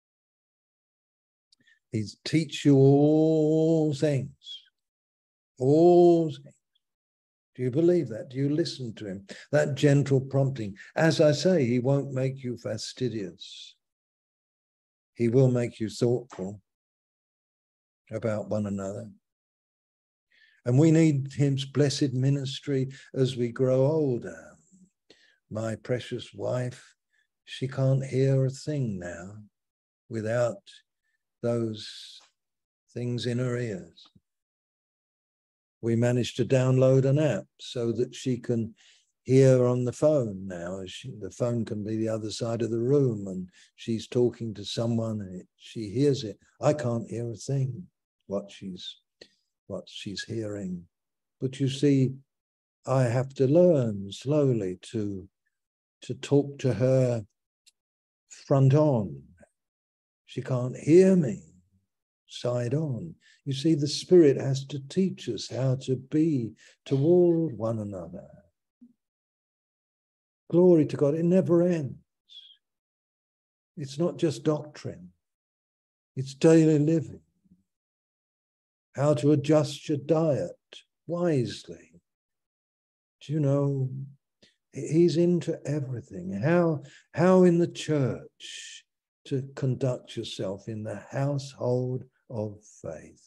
He's teach you all things, all things. Do you believe that? Do you listen to him? That gentle prompting. As I say, he won't make you fastidious. He will make you thoughtful about one another. And we need his blessed ministry as we grow older. My precious wife, she can't hear a thing now without those things in her ears. We managed to download an app so that she can hear on the phone now. She, the phone can be the other side of the room and she's talking to someone and it, she hears it. I can't hear a thing, what she's, what she's hearing. But you see, I have to learn slowly to, to talk to her front on. She can't hear me side on. You see, the Spirit has to teach us how to be toward one another. Glory to God, it never ends. It's not just doctrine, it's daily living. How to adjust your diet wisely. Do you know, he's into everything. How, how in the church to conduct yourself in the household of faith.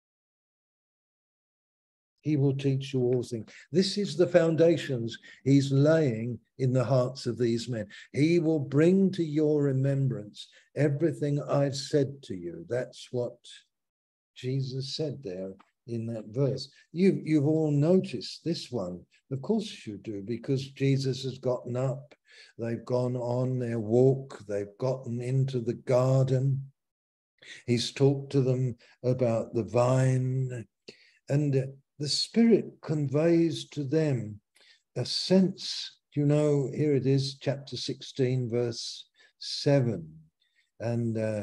He will teach you all things. This is the foundations he's laying in the hearts of these men. He will bring to your remembrance everything I've said to you. That's what Jesus said there in that verse. You, you've all noticed this one. Of course you do, because Jesus has gotten up. They've gone on their walk. They've gotten into the garden. He's talked to them about the vine. And the Spirit conveys to them a sense, you know, here it is, chapter sixteen, verse seven. And uh,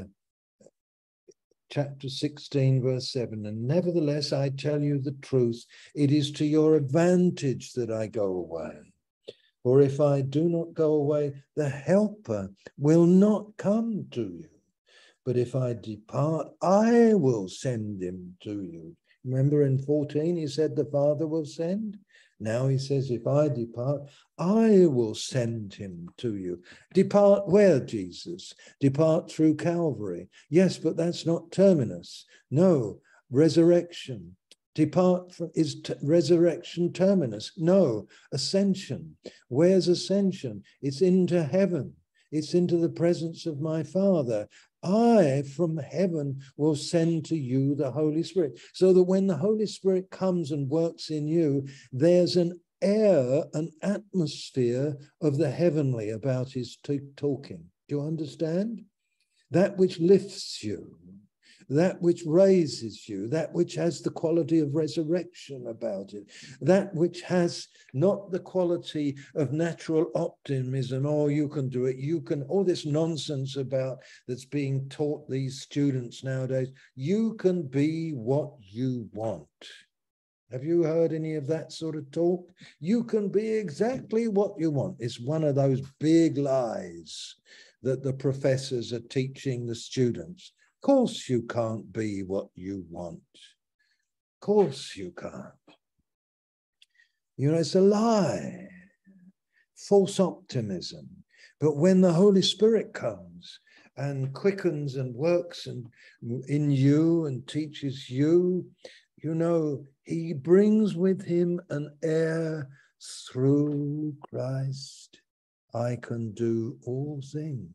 chapter sixteen, verse seven, and nevertheless, I tell you the truth, it is to your advantage that I go away. For if I do not go away, the Helper will not come to you. But if I depart, I will send him to you. Remember in fourteen, he said the Father will send. Now he says, if I depart, I will send him to you. Depart where, Jesus? Depart through Calvary. Yes, but that's not terminus. No, resurrection. Depart from, is t- resurrection terminus? No, ascension. Where's ascension? It's into heaven. It's into the presence of my Father. I, from heaven, will send to you the Holy Spirit. So that when the Holy Spirit comes and works in you, there's an air, an atmosphere of the heavenly about his t- talking. Do you understand? That which lifts you, that which raises you, that which has the quality of resurrection about it, that which has not the quality of natural optimism, oh, you can do it, you can, all this nonsense about that's being taught these students nowadays. You can be what you want. Have you heard any of that sort of talk? You can be exactly what you want. It's one of those big lies that the professors are teaching the students. Of course you can't be what you want. Of course you can't. You know, it's a lie. False optimism. But when the Holy Spirit comes and quickens and works and in you and teaches you, you know, he brings with him an air through Christ. I can do all things.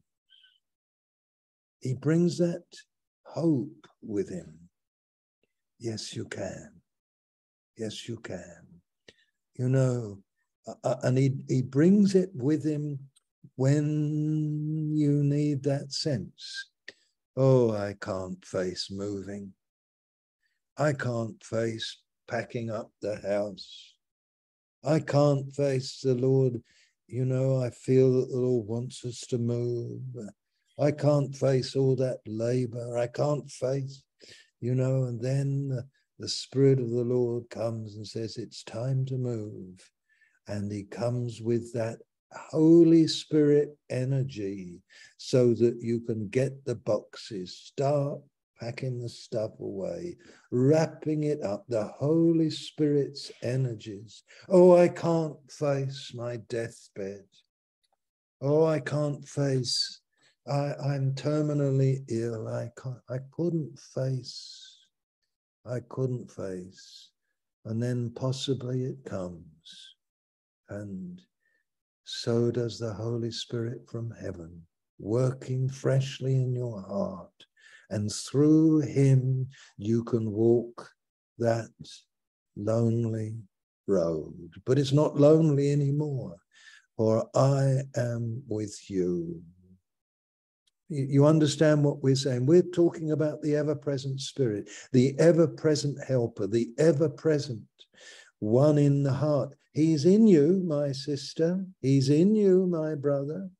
He brings that hope with him. Yes, you can. Yes, you can. You know, uh, and he, he brings it with him when you need that sense. Oh, I can't face moving. I can't face packing up the house. I can't face the Lord. You know, I feel that the Lord wants us to move. I can't face all that labor. I can't face, you know, and then the, the Spirit of the Lord comes and says, it's time to move. And he comes with that Holy Spirit energy so that you can get the boxes, start packing the stuff away, wrapping it up, the Holy Spirit's energies. Oh, I can't face my deathbed. Oh, I can't face, I, I'm terminally ill. I can't, I couldn't face, I couldn't face. And then possibly it comes. And so does the Holy Spirit from heaven, working freshly in your heart. And through him, you can walk that lonely road. But it's not lonely anymore, for I am with you. You understand what we're saying? We're talking about the ever-present Spirit, the ever-present helper, the ever-present one in the heart. He's in you, my sister. He's in you, my brother.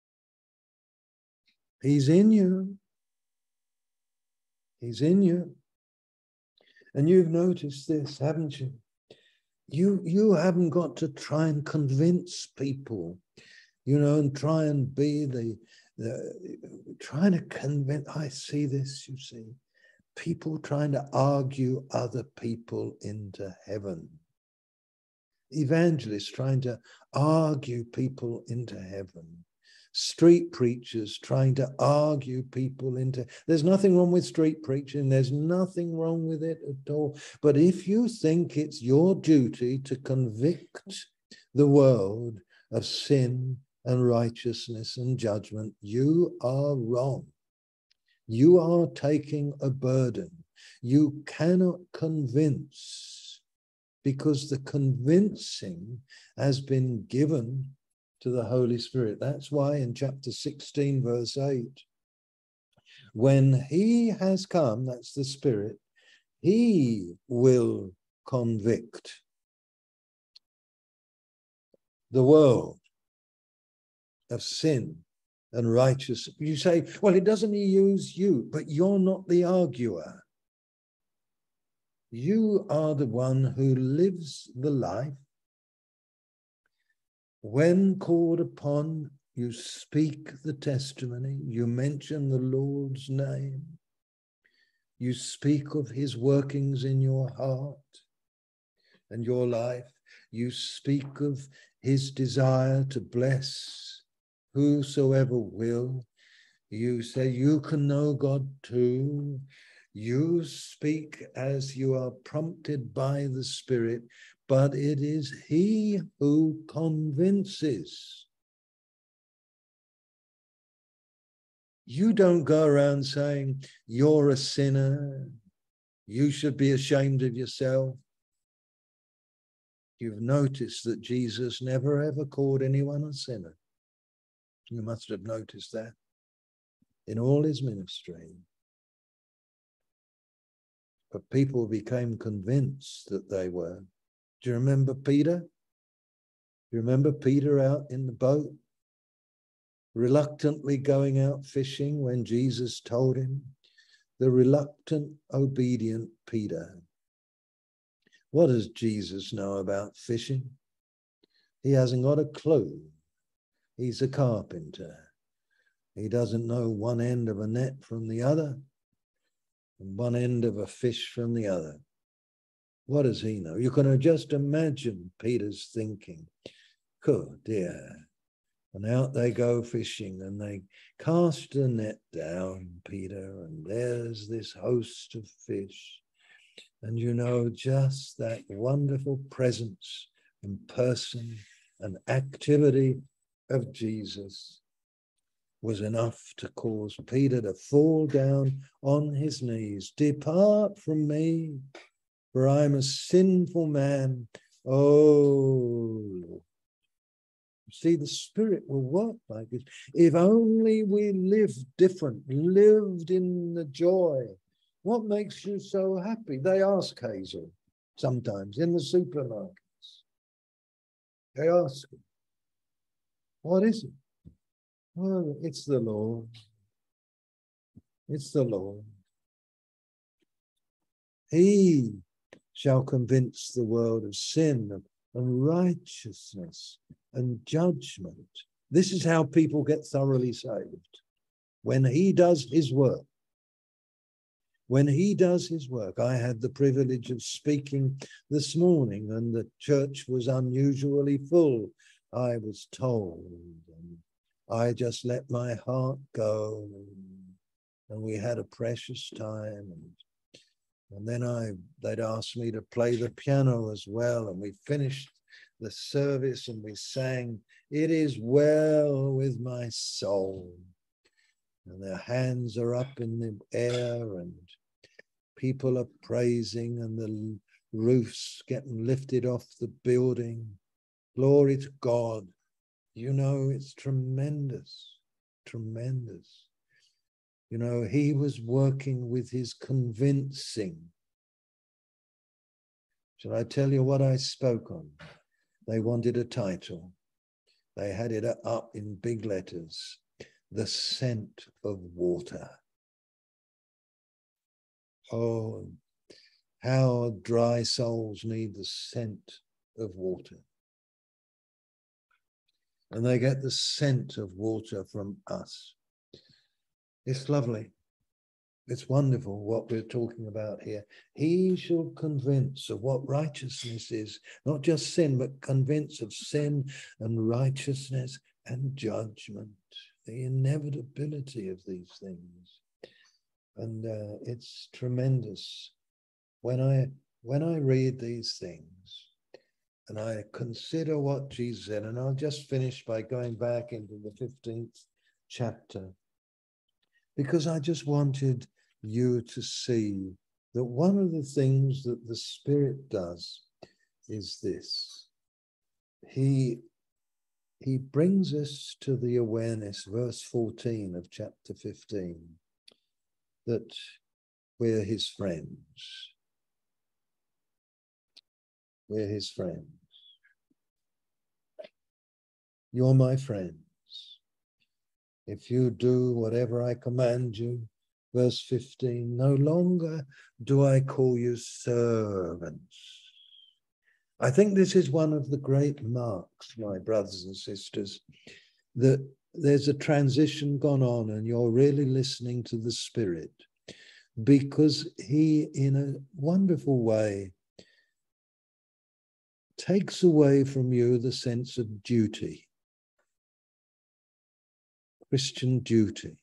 He's in you. He's in you. And you've noticed this, haven't you? You, you haven't got to try and convince people, you know, and try and be the, the trying to convince. I see this, you see, people trying to argue other people into heaven. Evangelists trying to argue people into heaven. Street preachers trying to argue people into... There's nothing wrong with street preaching. There's nothing wrong with it at all. But if you think it's your duty to convict the world of sin and righteousness and judgment, you are wrong. You are taking a burden. You cannot convince, because the convincing has been given to the Holy Spirit. That's why in chapter sixteen, verse eight, when he has come, that's the Spirit, he will convict the world of sin and righteousness. You say, well, it doesn't use you, but you're not the arguer. You are the one who lives the life. When called upon, you speak the testimony, you mention the Lord's name, you speak of his workings in your heart and your life, you speak of his desire to bless whosoever will. You say you can know God too. You speak as you are prompted by the Spirit, but it is he who convinces. You don't go around saying, you're a sinner, you should be ashamed of yourself. You've noticed that Jesus never ever called anyone a sinner. You must have noticed that in all his ministry. But people became convinced that they were. Do you remember Peter? Do you remember Peter out in the boat, reluctantly going out fishing when Jesus told him? The reluctant, obedient Peter. What does Jesus know about fishing? He hasn't got a clue. He's a carpenter. He doesn't know one end of a net from the other, and one end of a fish from the other. What does he know? You can just imagine Peter's thinking, oh dear. And out they go fishing, and they cast the net down, Peter, and there's this host of fish. And you know, just that wonderful presence and person and activity of Jesus was enough to cause Peter to fall down on his knees. Depart from me, for I'm a sinful man. Oh, see, the Spirit will work like this. If only we lived different, lived in the joy. What makes you so happy? They ask Hazel sometimes in the supermarkets. They ask him, what is it? Well, it's the Lord. It's the Lord. He shall convince the world of sin and righteousness and judgment. This is how people get thoroughly saved. When he does his work. when he does his work. I had the privilege of speaking this morning, and the church was unusually full, I was told. And I just let my heart go, and we had a precious time. And, and then I they'd asked me to play the piano as well, and we finished the service and we sang, "It is well with my soul." And their hands are up in the air and people are praising, and the roof's getting lifted off the building. Glory to God. You know, it's tremendous, tremendous. You know, he was working with his convincing. Shall I tell you what I spoke on? They wanted a title. They had it up in big letters. The scent of water. Oh, how dry souls need the scent of water. And they get the scent of water from us. It's lovely. It's wonderful what we're talking about here. He shall convince of what righteousness is, not just sin, but convince of sin and righteousness and judgment, the inevitability of these things. And uh, it's tremendous. When I, when I read these things and I consider what Jesus said, and I'll just finish by going back into the fifteenth chapter, because I just wanted you to see that one of the things that the Spirit does is this. He, he brings us to the awareness, verse fourteen of chapter fifteen, that we're his friends. We're his friends. You're my friends. If you do whatever I command you, verse fifteen, no longer do I call you servants. I think this is one of the great marks, my brothers and sisters, that there's a transition gone on and you're really listening to the Spirit, because he, in a wonderful way, takes away from you the sense of duty, Christian duty,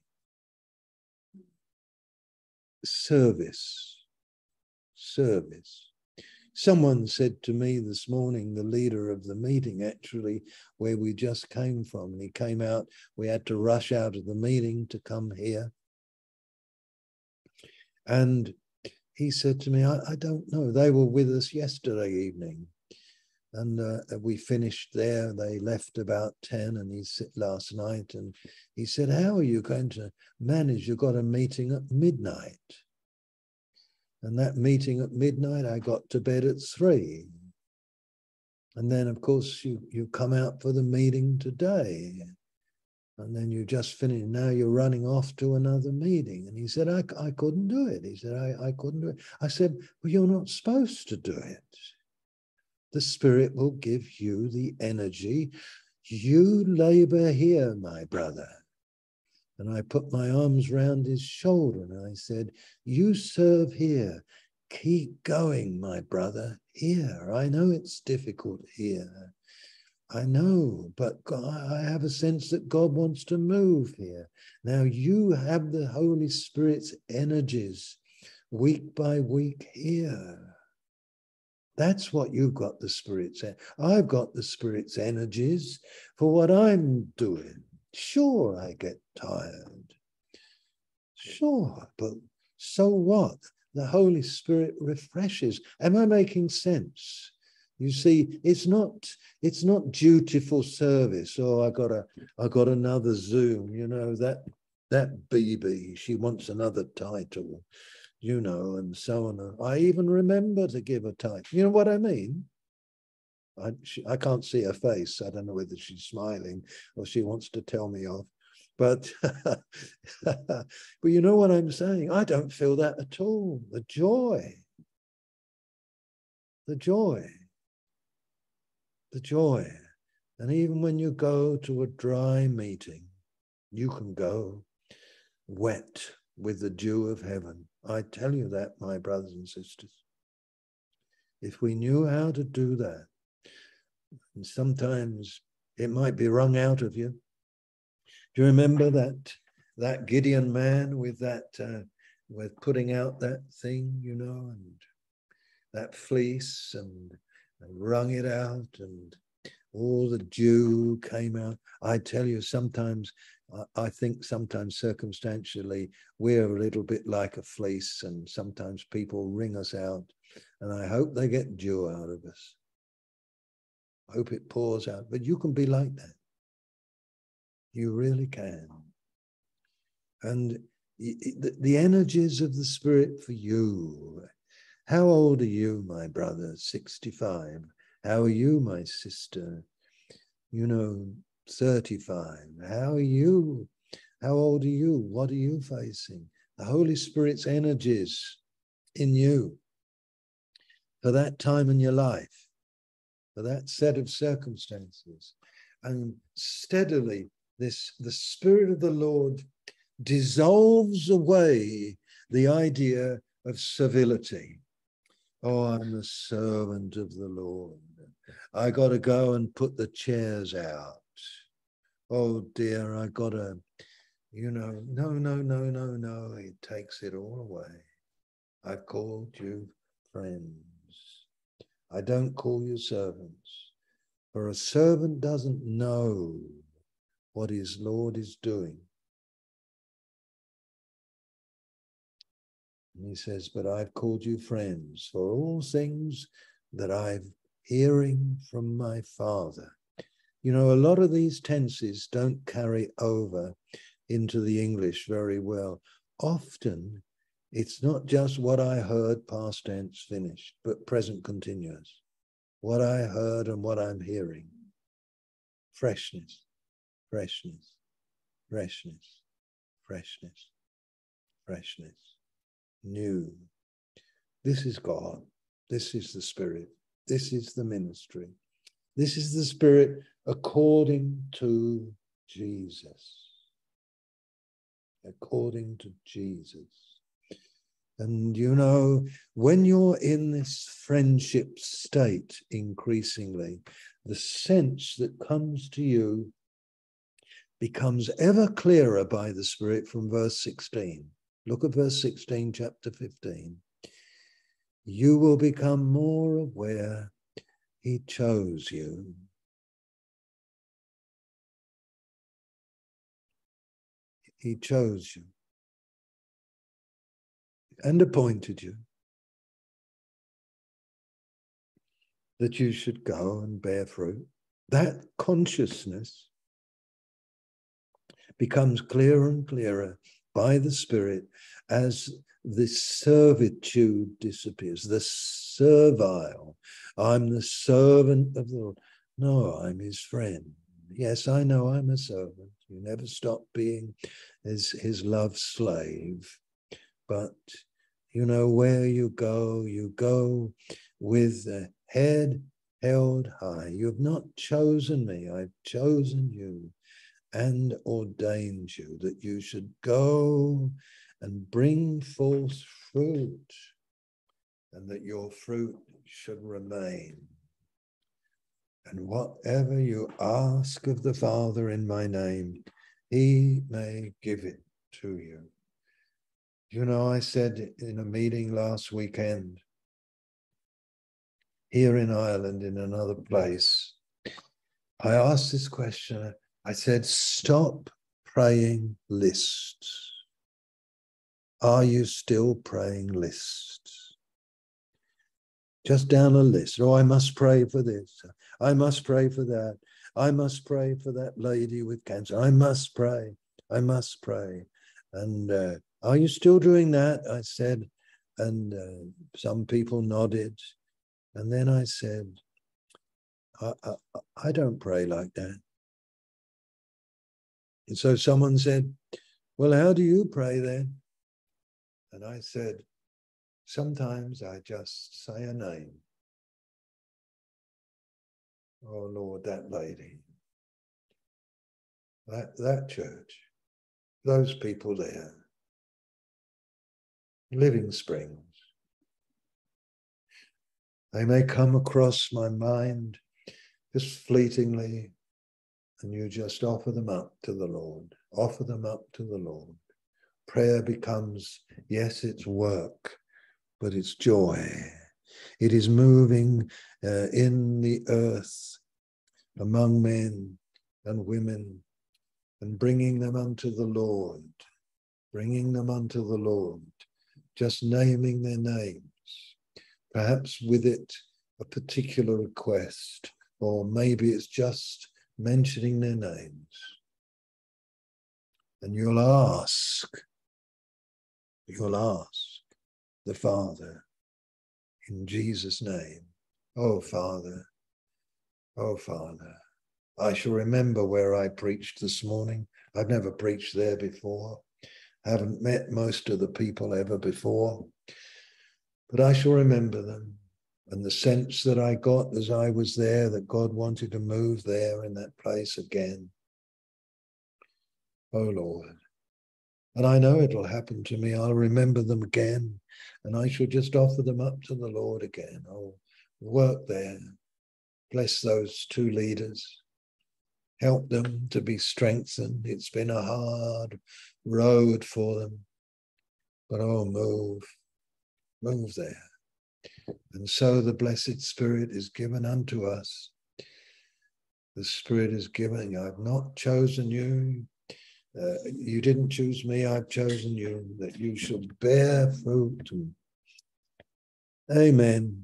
service, service. Someone said to me this morning, the leader of the meeting, actually, where we just came from, and he came out, we had to rush out of the meeting to come here. And he said to me, I, I don't know, they were with us yesterday evening. And uh, we finished there. They left about ten, and he said last night, and he said, how are you going to manage? You've got a meeting at midnight. And that meeting at midnight, I got to bed at three. And then, of course, you, you come out for the meeting today. And then you just finish. Now you're running off to another meeting. And he said, I, I couldn't do it. He said, I, I couldn't do it. I said, well, you're not supposed to do it. The Spirit will give you the energy. You labor here, my brother. And I put my arms round his shoulder and I said, you serve here. Keep going, my brother, here. I know it's difficult here. I know, but I have a sense that God wants to move here. Now you have the Holy Spirit's energies week by week here. That's what you've got the Spirit's. I've got the Spirit's energies for what I'm doing. Sure, I get tired. Sure, but so what? The Holy Spirit refreshes. Am I making sense? You see, it's not it's not dutiful service. Oh, I got a I got another Zoom. You know that that B B. She wants another title. You know, and so on. I even remember to give a title. You know what I mean? I, she, I can't see her face. I don't know whether she's smiling or she wants to tell me off. But, but you know what I'm saying? I don't feel that at all. The joy. The joy. The joy. And even when you go to a dry meeting, you can go wet with the dew of heaven. I tell you that, my brothers and sisters. If we knew how to do that, and sometimes it might be wrung out of you. Do you remember that that Gideon man with that, uh, with putting out that thing, you know, and that fleece, and, and wrung it out, and all the dew came out? I tell you, sometimes, I think sometimes circumstantially, we're a little bit like a fleece, and sometimes people wring us out, and I hope they get dew out of us. I hope it pours out, but you can be like that. You really can. And the, the energies of the Spirit for you. How old are you, my brother? sixty-five. How are you, my sister? You know, thirty-five. How are you? How old are you? What are you facing? The Holy Spirit's energies in you for that time in your life, for that set of circumstances. And steadily, this the Spirit of the Lord dissolves away the idea of servility. Oh, I'm the servant of the Lord. I got to go and put the chairs out. Oh dear, I got to, you know, no, no, no, no, no. It takes it all away. I've called you friends. I don't call you servants. For a servant doesn't know what his Lord is doing. And he says, but I've called you friends, for all things that I've hearing from my Father. You know, a lot of these tenses don't carry over into the English very well. Often, it's not just what I heard, past tense, finished, but present continuous. What I heard and what I'm hearing. Freshness, freshness, freshness, freshness, freshness. New. This is God. This is the Spirit. This is the ministry. This is the Spirit according to Jesus. According to Jesus. And you know, when you're in this friendship state increasingly, the sense that comes to you becomes ever clearer by the Spirit from verse sixteen. Look at verse sixteen, chapter fifteen. You will become more aware he chose you. He chose you and appointed you that you should go and bear fruit. That consciousness becomes clearer and clearer by the Spirit as the servitude disappears, the servile. I'm the servant of the Lord. No, I'm his friend. Yes, I know I'm a servant. You never stop being his, his love slave. But, you know, where you go, you go with the head held high. You've not chosen me, I've chosen you and ordained you that you should go and bring forth fruit, and that your fruit should remain. And whatever you ask of the Father in my name, he may give it to you. You know, I said in a meeting last weekend, here in Ireland, in another place, I asked this question. I said, stop praying lists. Are you still praying lists? Just down a list. Oh, I must pray for this. I must pray for that. I must pray for that lady with cancer. I must pray. I must pray. And uh, are you still doing that? I said, and uh, some people nodded. And then I said, I, I, I don't pray like that. And so someone said, well, how do you pray then? And I said, sometimes I just say a name. Oh, Lord, that lady, that, that church, those people there. living springs. They may come across my mind just fleetingly, and you just offer them up to the Lord. Offer them up to the Lord. Prayer becomes, yes, it's work, but it's joy. It is moving uh, in the earth among men and women and bringing them unto the Lord, bringing them unto the Lord, just naming their names, perhaps with it a particular request, or maybe it's just mentioning their names. And you'll ask, you'll ask the Father in Jesus' name. Oh, Father, oh, Father, I shall remember where I preached this morning. I've never preached there before. I haven't met most of the people ever before, but I shall remember them and the sense that I got as I was there, that God wanted to move there in that place again. Oh, Lord. And I know it'll happen to me. I'll remember them again, and I shall just offer them up to the Lord again. I'll work there. Bless those two leaders. Help them to be strengthened. It's been a hard road for them. But oh, move. Move there. And so the blessed Spirit is given unto us. The Spirit is given. I've not chosen you. Uh, you didn't choose me, I've chosen you, that you shall bear fruit. Amen.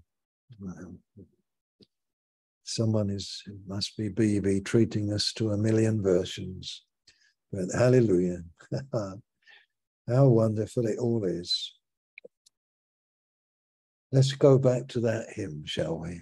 Someone is, it must be B B, treating us to a million versions. But hallelujah. How wonderful it all is. Let's go back to that hymn, shall we?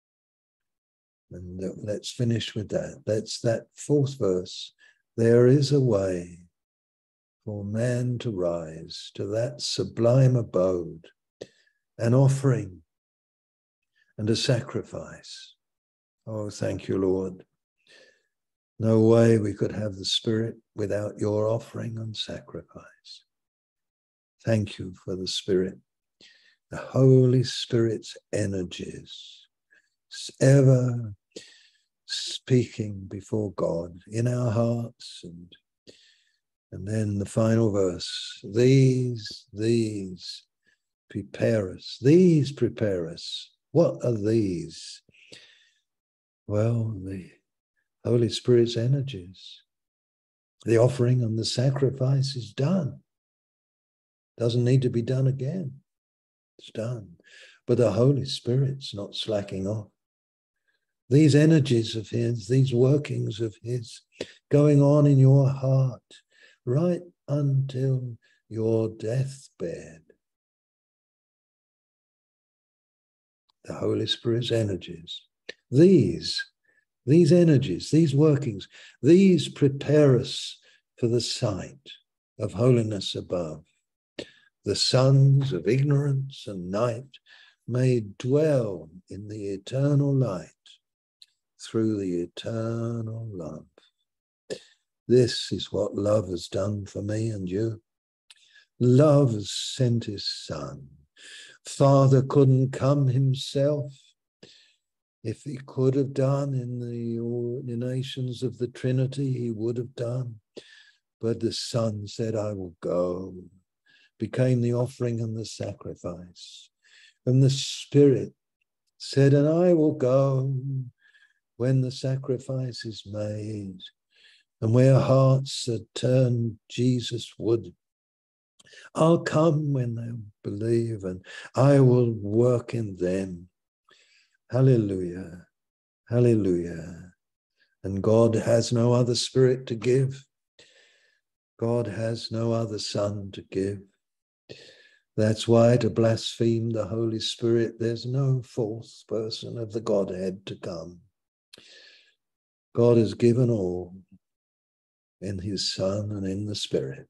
And let's finish with that. That's that fourth verse. There is a way for man to rise to that sublime abode, an offering and a sacrifice. Oh, thank you, Lord. No way we could have the Spirit without your offering and sacrifice. Thank you for the Spirit, the Holy Spirit's energies, ever speaking before God in our hearts. And, and then the final verse, these, these prepare us, these prepare us. What are these? Well, the Holy Spirit's energies. The offering and the sacrifice is done. Doesn't need to be done again. It's done. But the Holy Spirit's not slacking off. These energies of his, these workings of his, going on in your heart right until your deathbed. The Holy Spirit's energies. These, these energies, these workings, these prepare us for the sight of holiness above. The sons of ignorance and night may dwell in the eternal light through the eternal love. This is what love has done for me and you. Love has sent his Son. Father couldn't come himself. If he could have done in the ordinations of the Trinity, he would have done. But the Son said, I will go, became the offering and the sacrifice. And the Spirit said, and I will go when the sacrifice is made. And where hearts are turned Jesus would. I'll come when they believe, and I will work in them. Hallelujah. Hallelujah. And God has no other Spirit to give. God has no other Son to give. That's why to blaspheme the Holy Spirit, there's no fourth person of the Godhead to come. God has given all in his Son and in the Spirit.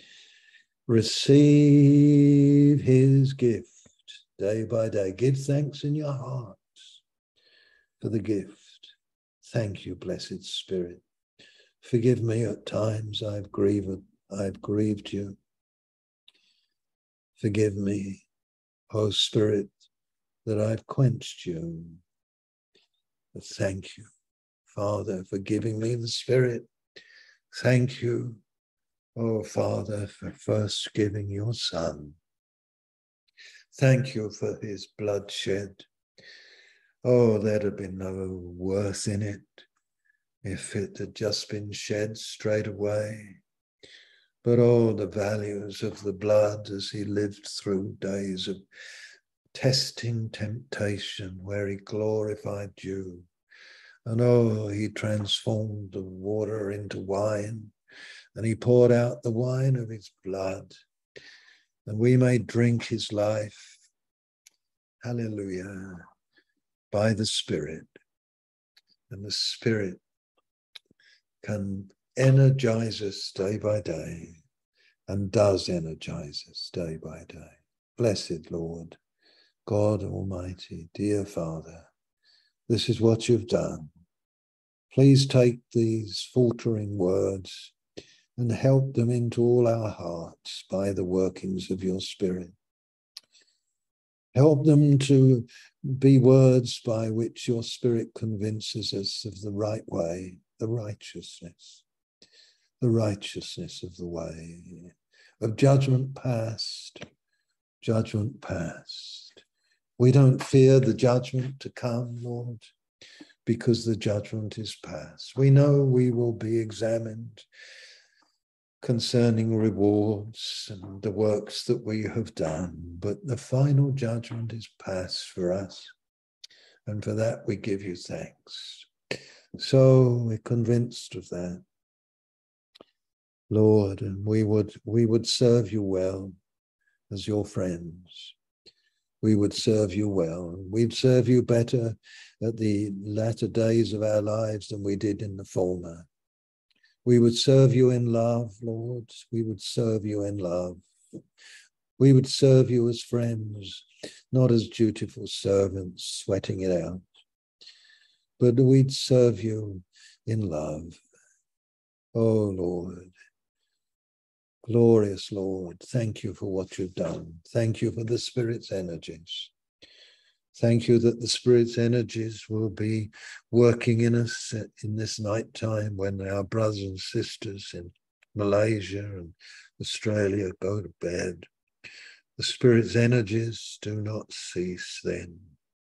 Receive his gift day by day. Give thanks in your hearts for the gift. Thank you, blessed Spirit. Forgive me at times I've grieved, I've grieved you. Forgive me, O Spirit, that I've quenched you. But thank you, Father, for giving me the Spirit. Thank you, oh Father, for first giving your Son. Thank you for his bloodshed. Oh, there'd have been no worth in it if it had just been shed straight away. But oh, the values of the blood as he lived through days of testing temptation where he glorified you. And oh, he transformed the water into wine, and he poured out the wine of his blood, and we may drink his life. Hallelujah. By the Spirit. And the Spirit can energize us day by day, and does energize us day by day. Blessed Lord, God Almighty, dear Father, this is what you've done. Please take these faltering words and help them into all our hearts by the workings of your Spirit. Help them to be words by which your Spirit convinces us of the right way, the righteousness, the righteousness of the way, of judgment past, judgment past. We don't fear the judgment to come, Lord, because the judgment is past. We know we will be examined concerning rewards and the works that we have done, but the final judgment is past for us, and for that we give you thanks. So we're convinced of that, Lord, and we would we would serve you well as your friends. We would serve you well. We'd serve you better at the latter days of our lives than we did in the former. We would serve you in love, Lord. We would serve you in love. We would serve you as friends, not as dutiful servants sweating it out, but we'd serve you in love. Oh, Lord, glorious Lord, thank you for what you've done. Thank you for the Spirit's energies. Thank you that the Spirit's energies will be working in us in this night time when our brothers and sisters in Malaysia and Australia go to bed. The Spirit's energies do not cease then.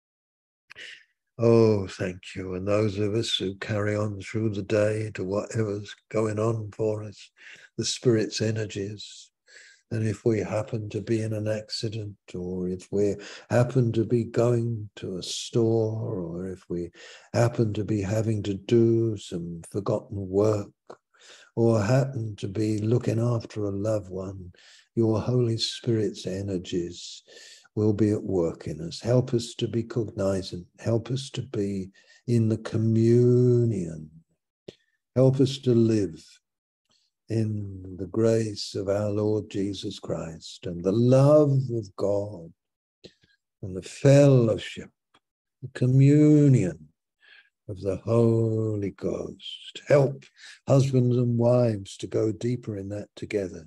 Oh, thank you. And those of us who carry on through the day to whatever's going on for us, the Spirit's energies. And if we happen to be in an accident, or if we happen to be going to a store, or if we happen to be having to do some forgotten work, or happen to be looking after a loved one, your Holy Spirit's energies will be at work in us. Help us to be cognizant. Help us to be in the communion. Help us to live in the grace of our Lord Jesus Christ and the love of God and the fellowship, the communion of the Holy Ghost. Help husbands and wives to go deeper in that together.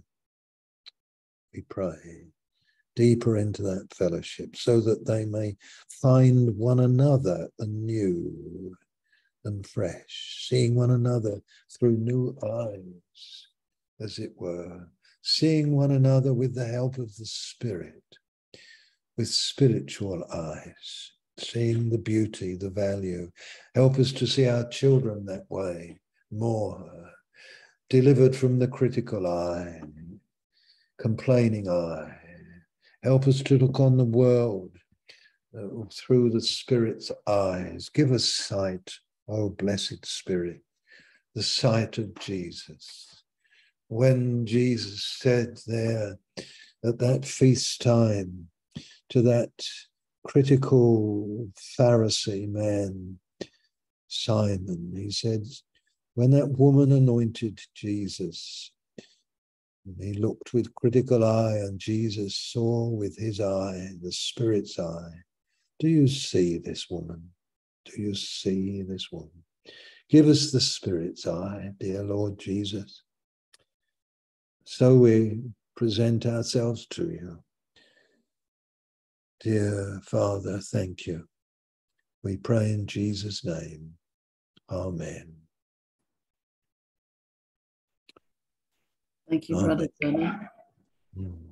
We pray deeper into that fellowship so that they may find one another anew and fresh, seeing one another through new eyes, as it were, seeing one another with the help of the Spirit, with spiritual eyes, seeing the beauty, the value. Help us to see our children that way more, delivered from the critical eye, complaining eye. Help us to look on the world uh, through the Spirit's eyes. Give us sight, oh blessed Spirit, the sight of Jesus. When Jesus said there at that feast time to that critical Pharisee man, Simon, he said, when that woman anointed Jesus, he looked with critical eye, and Jesus saw with his eye, the Spirit's eye. Do you see this woman? Do you see this woman? Give us the Spirit's eye, dear Lord Jesus. So we present ourselves to you. Dear Father, thank you. We pray in Jesus' name. Amen. Thank you, Amen. Brother Tony. Mm.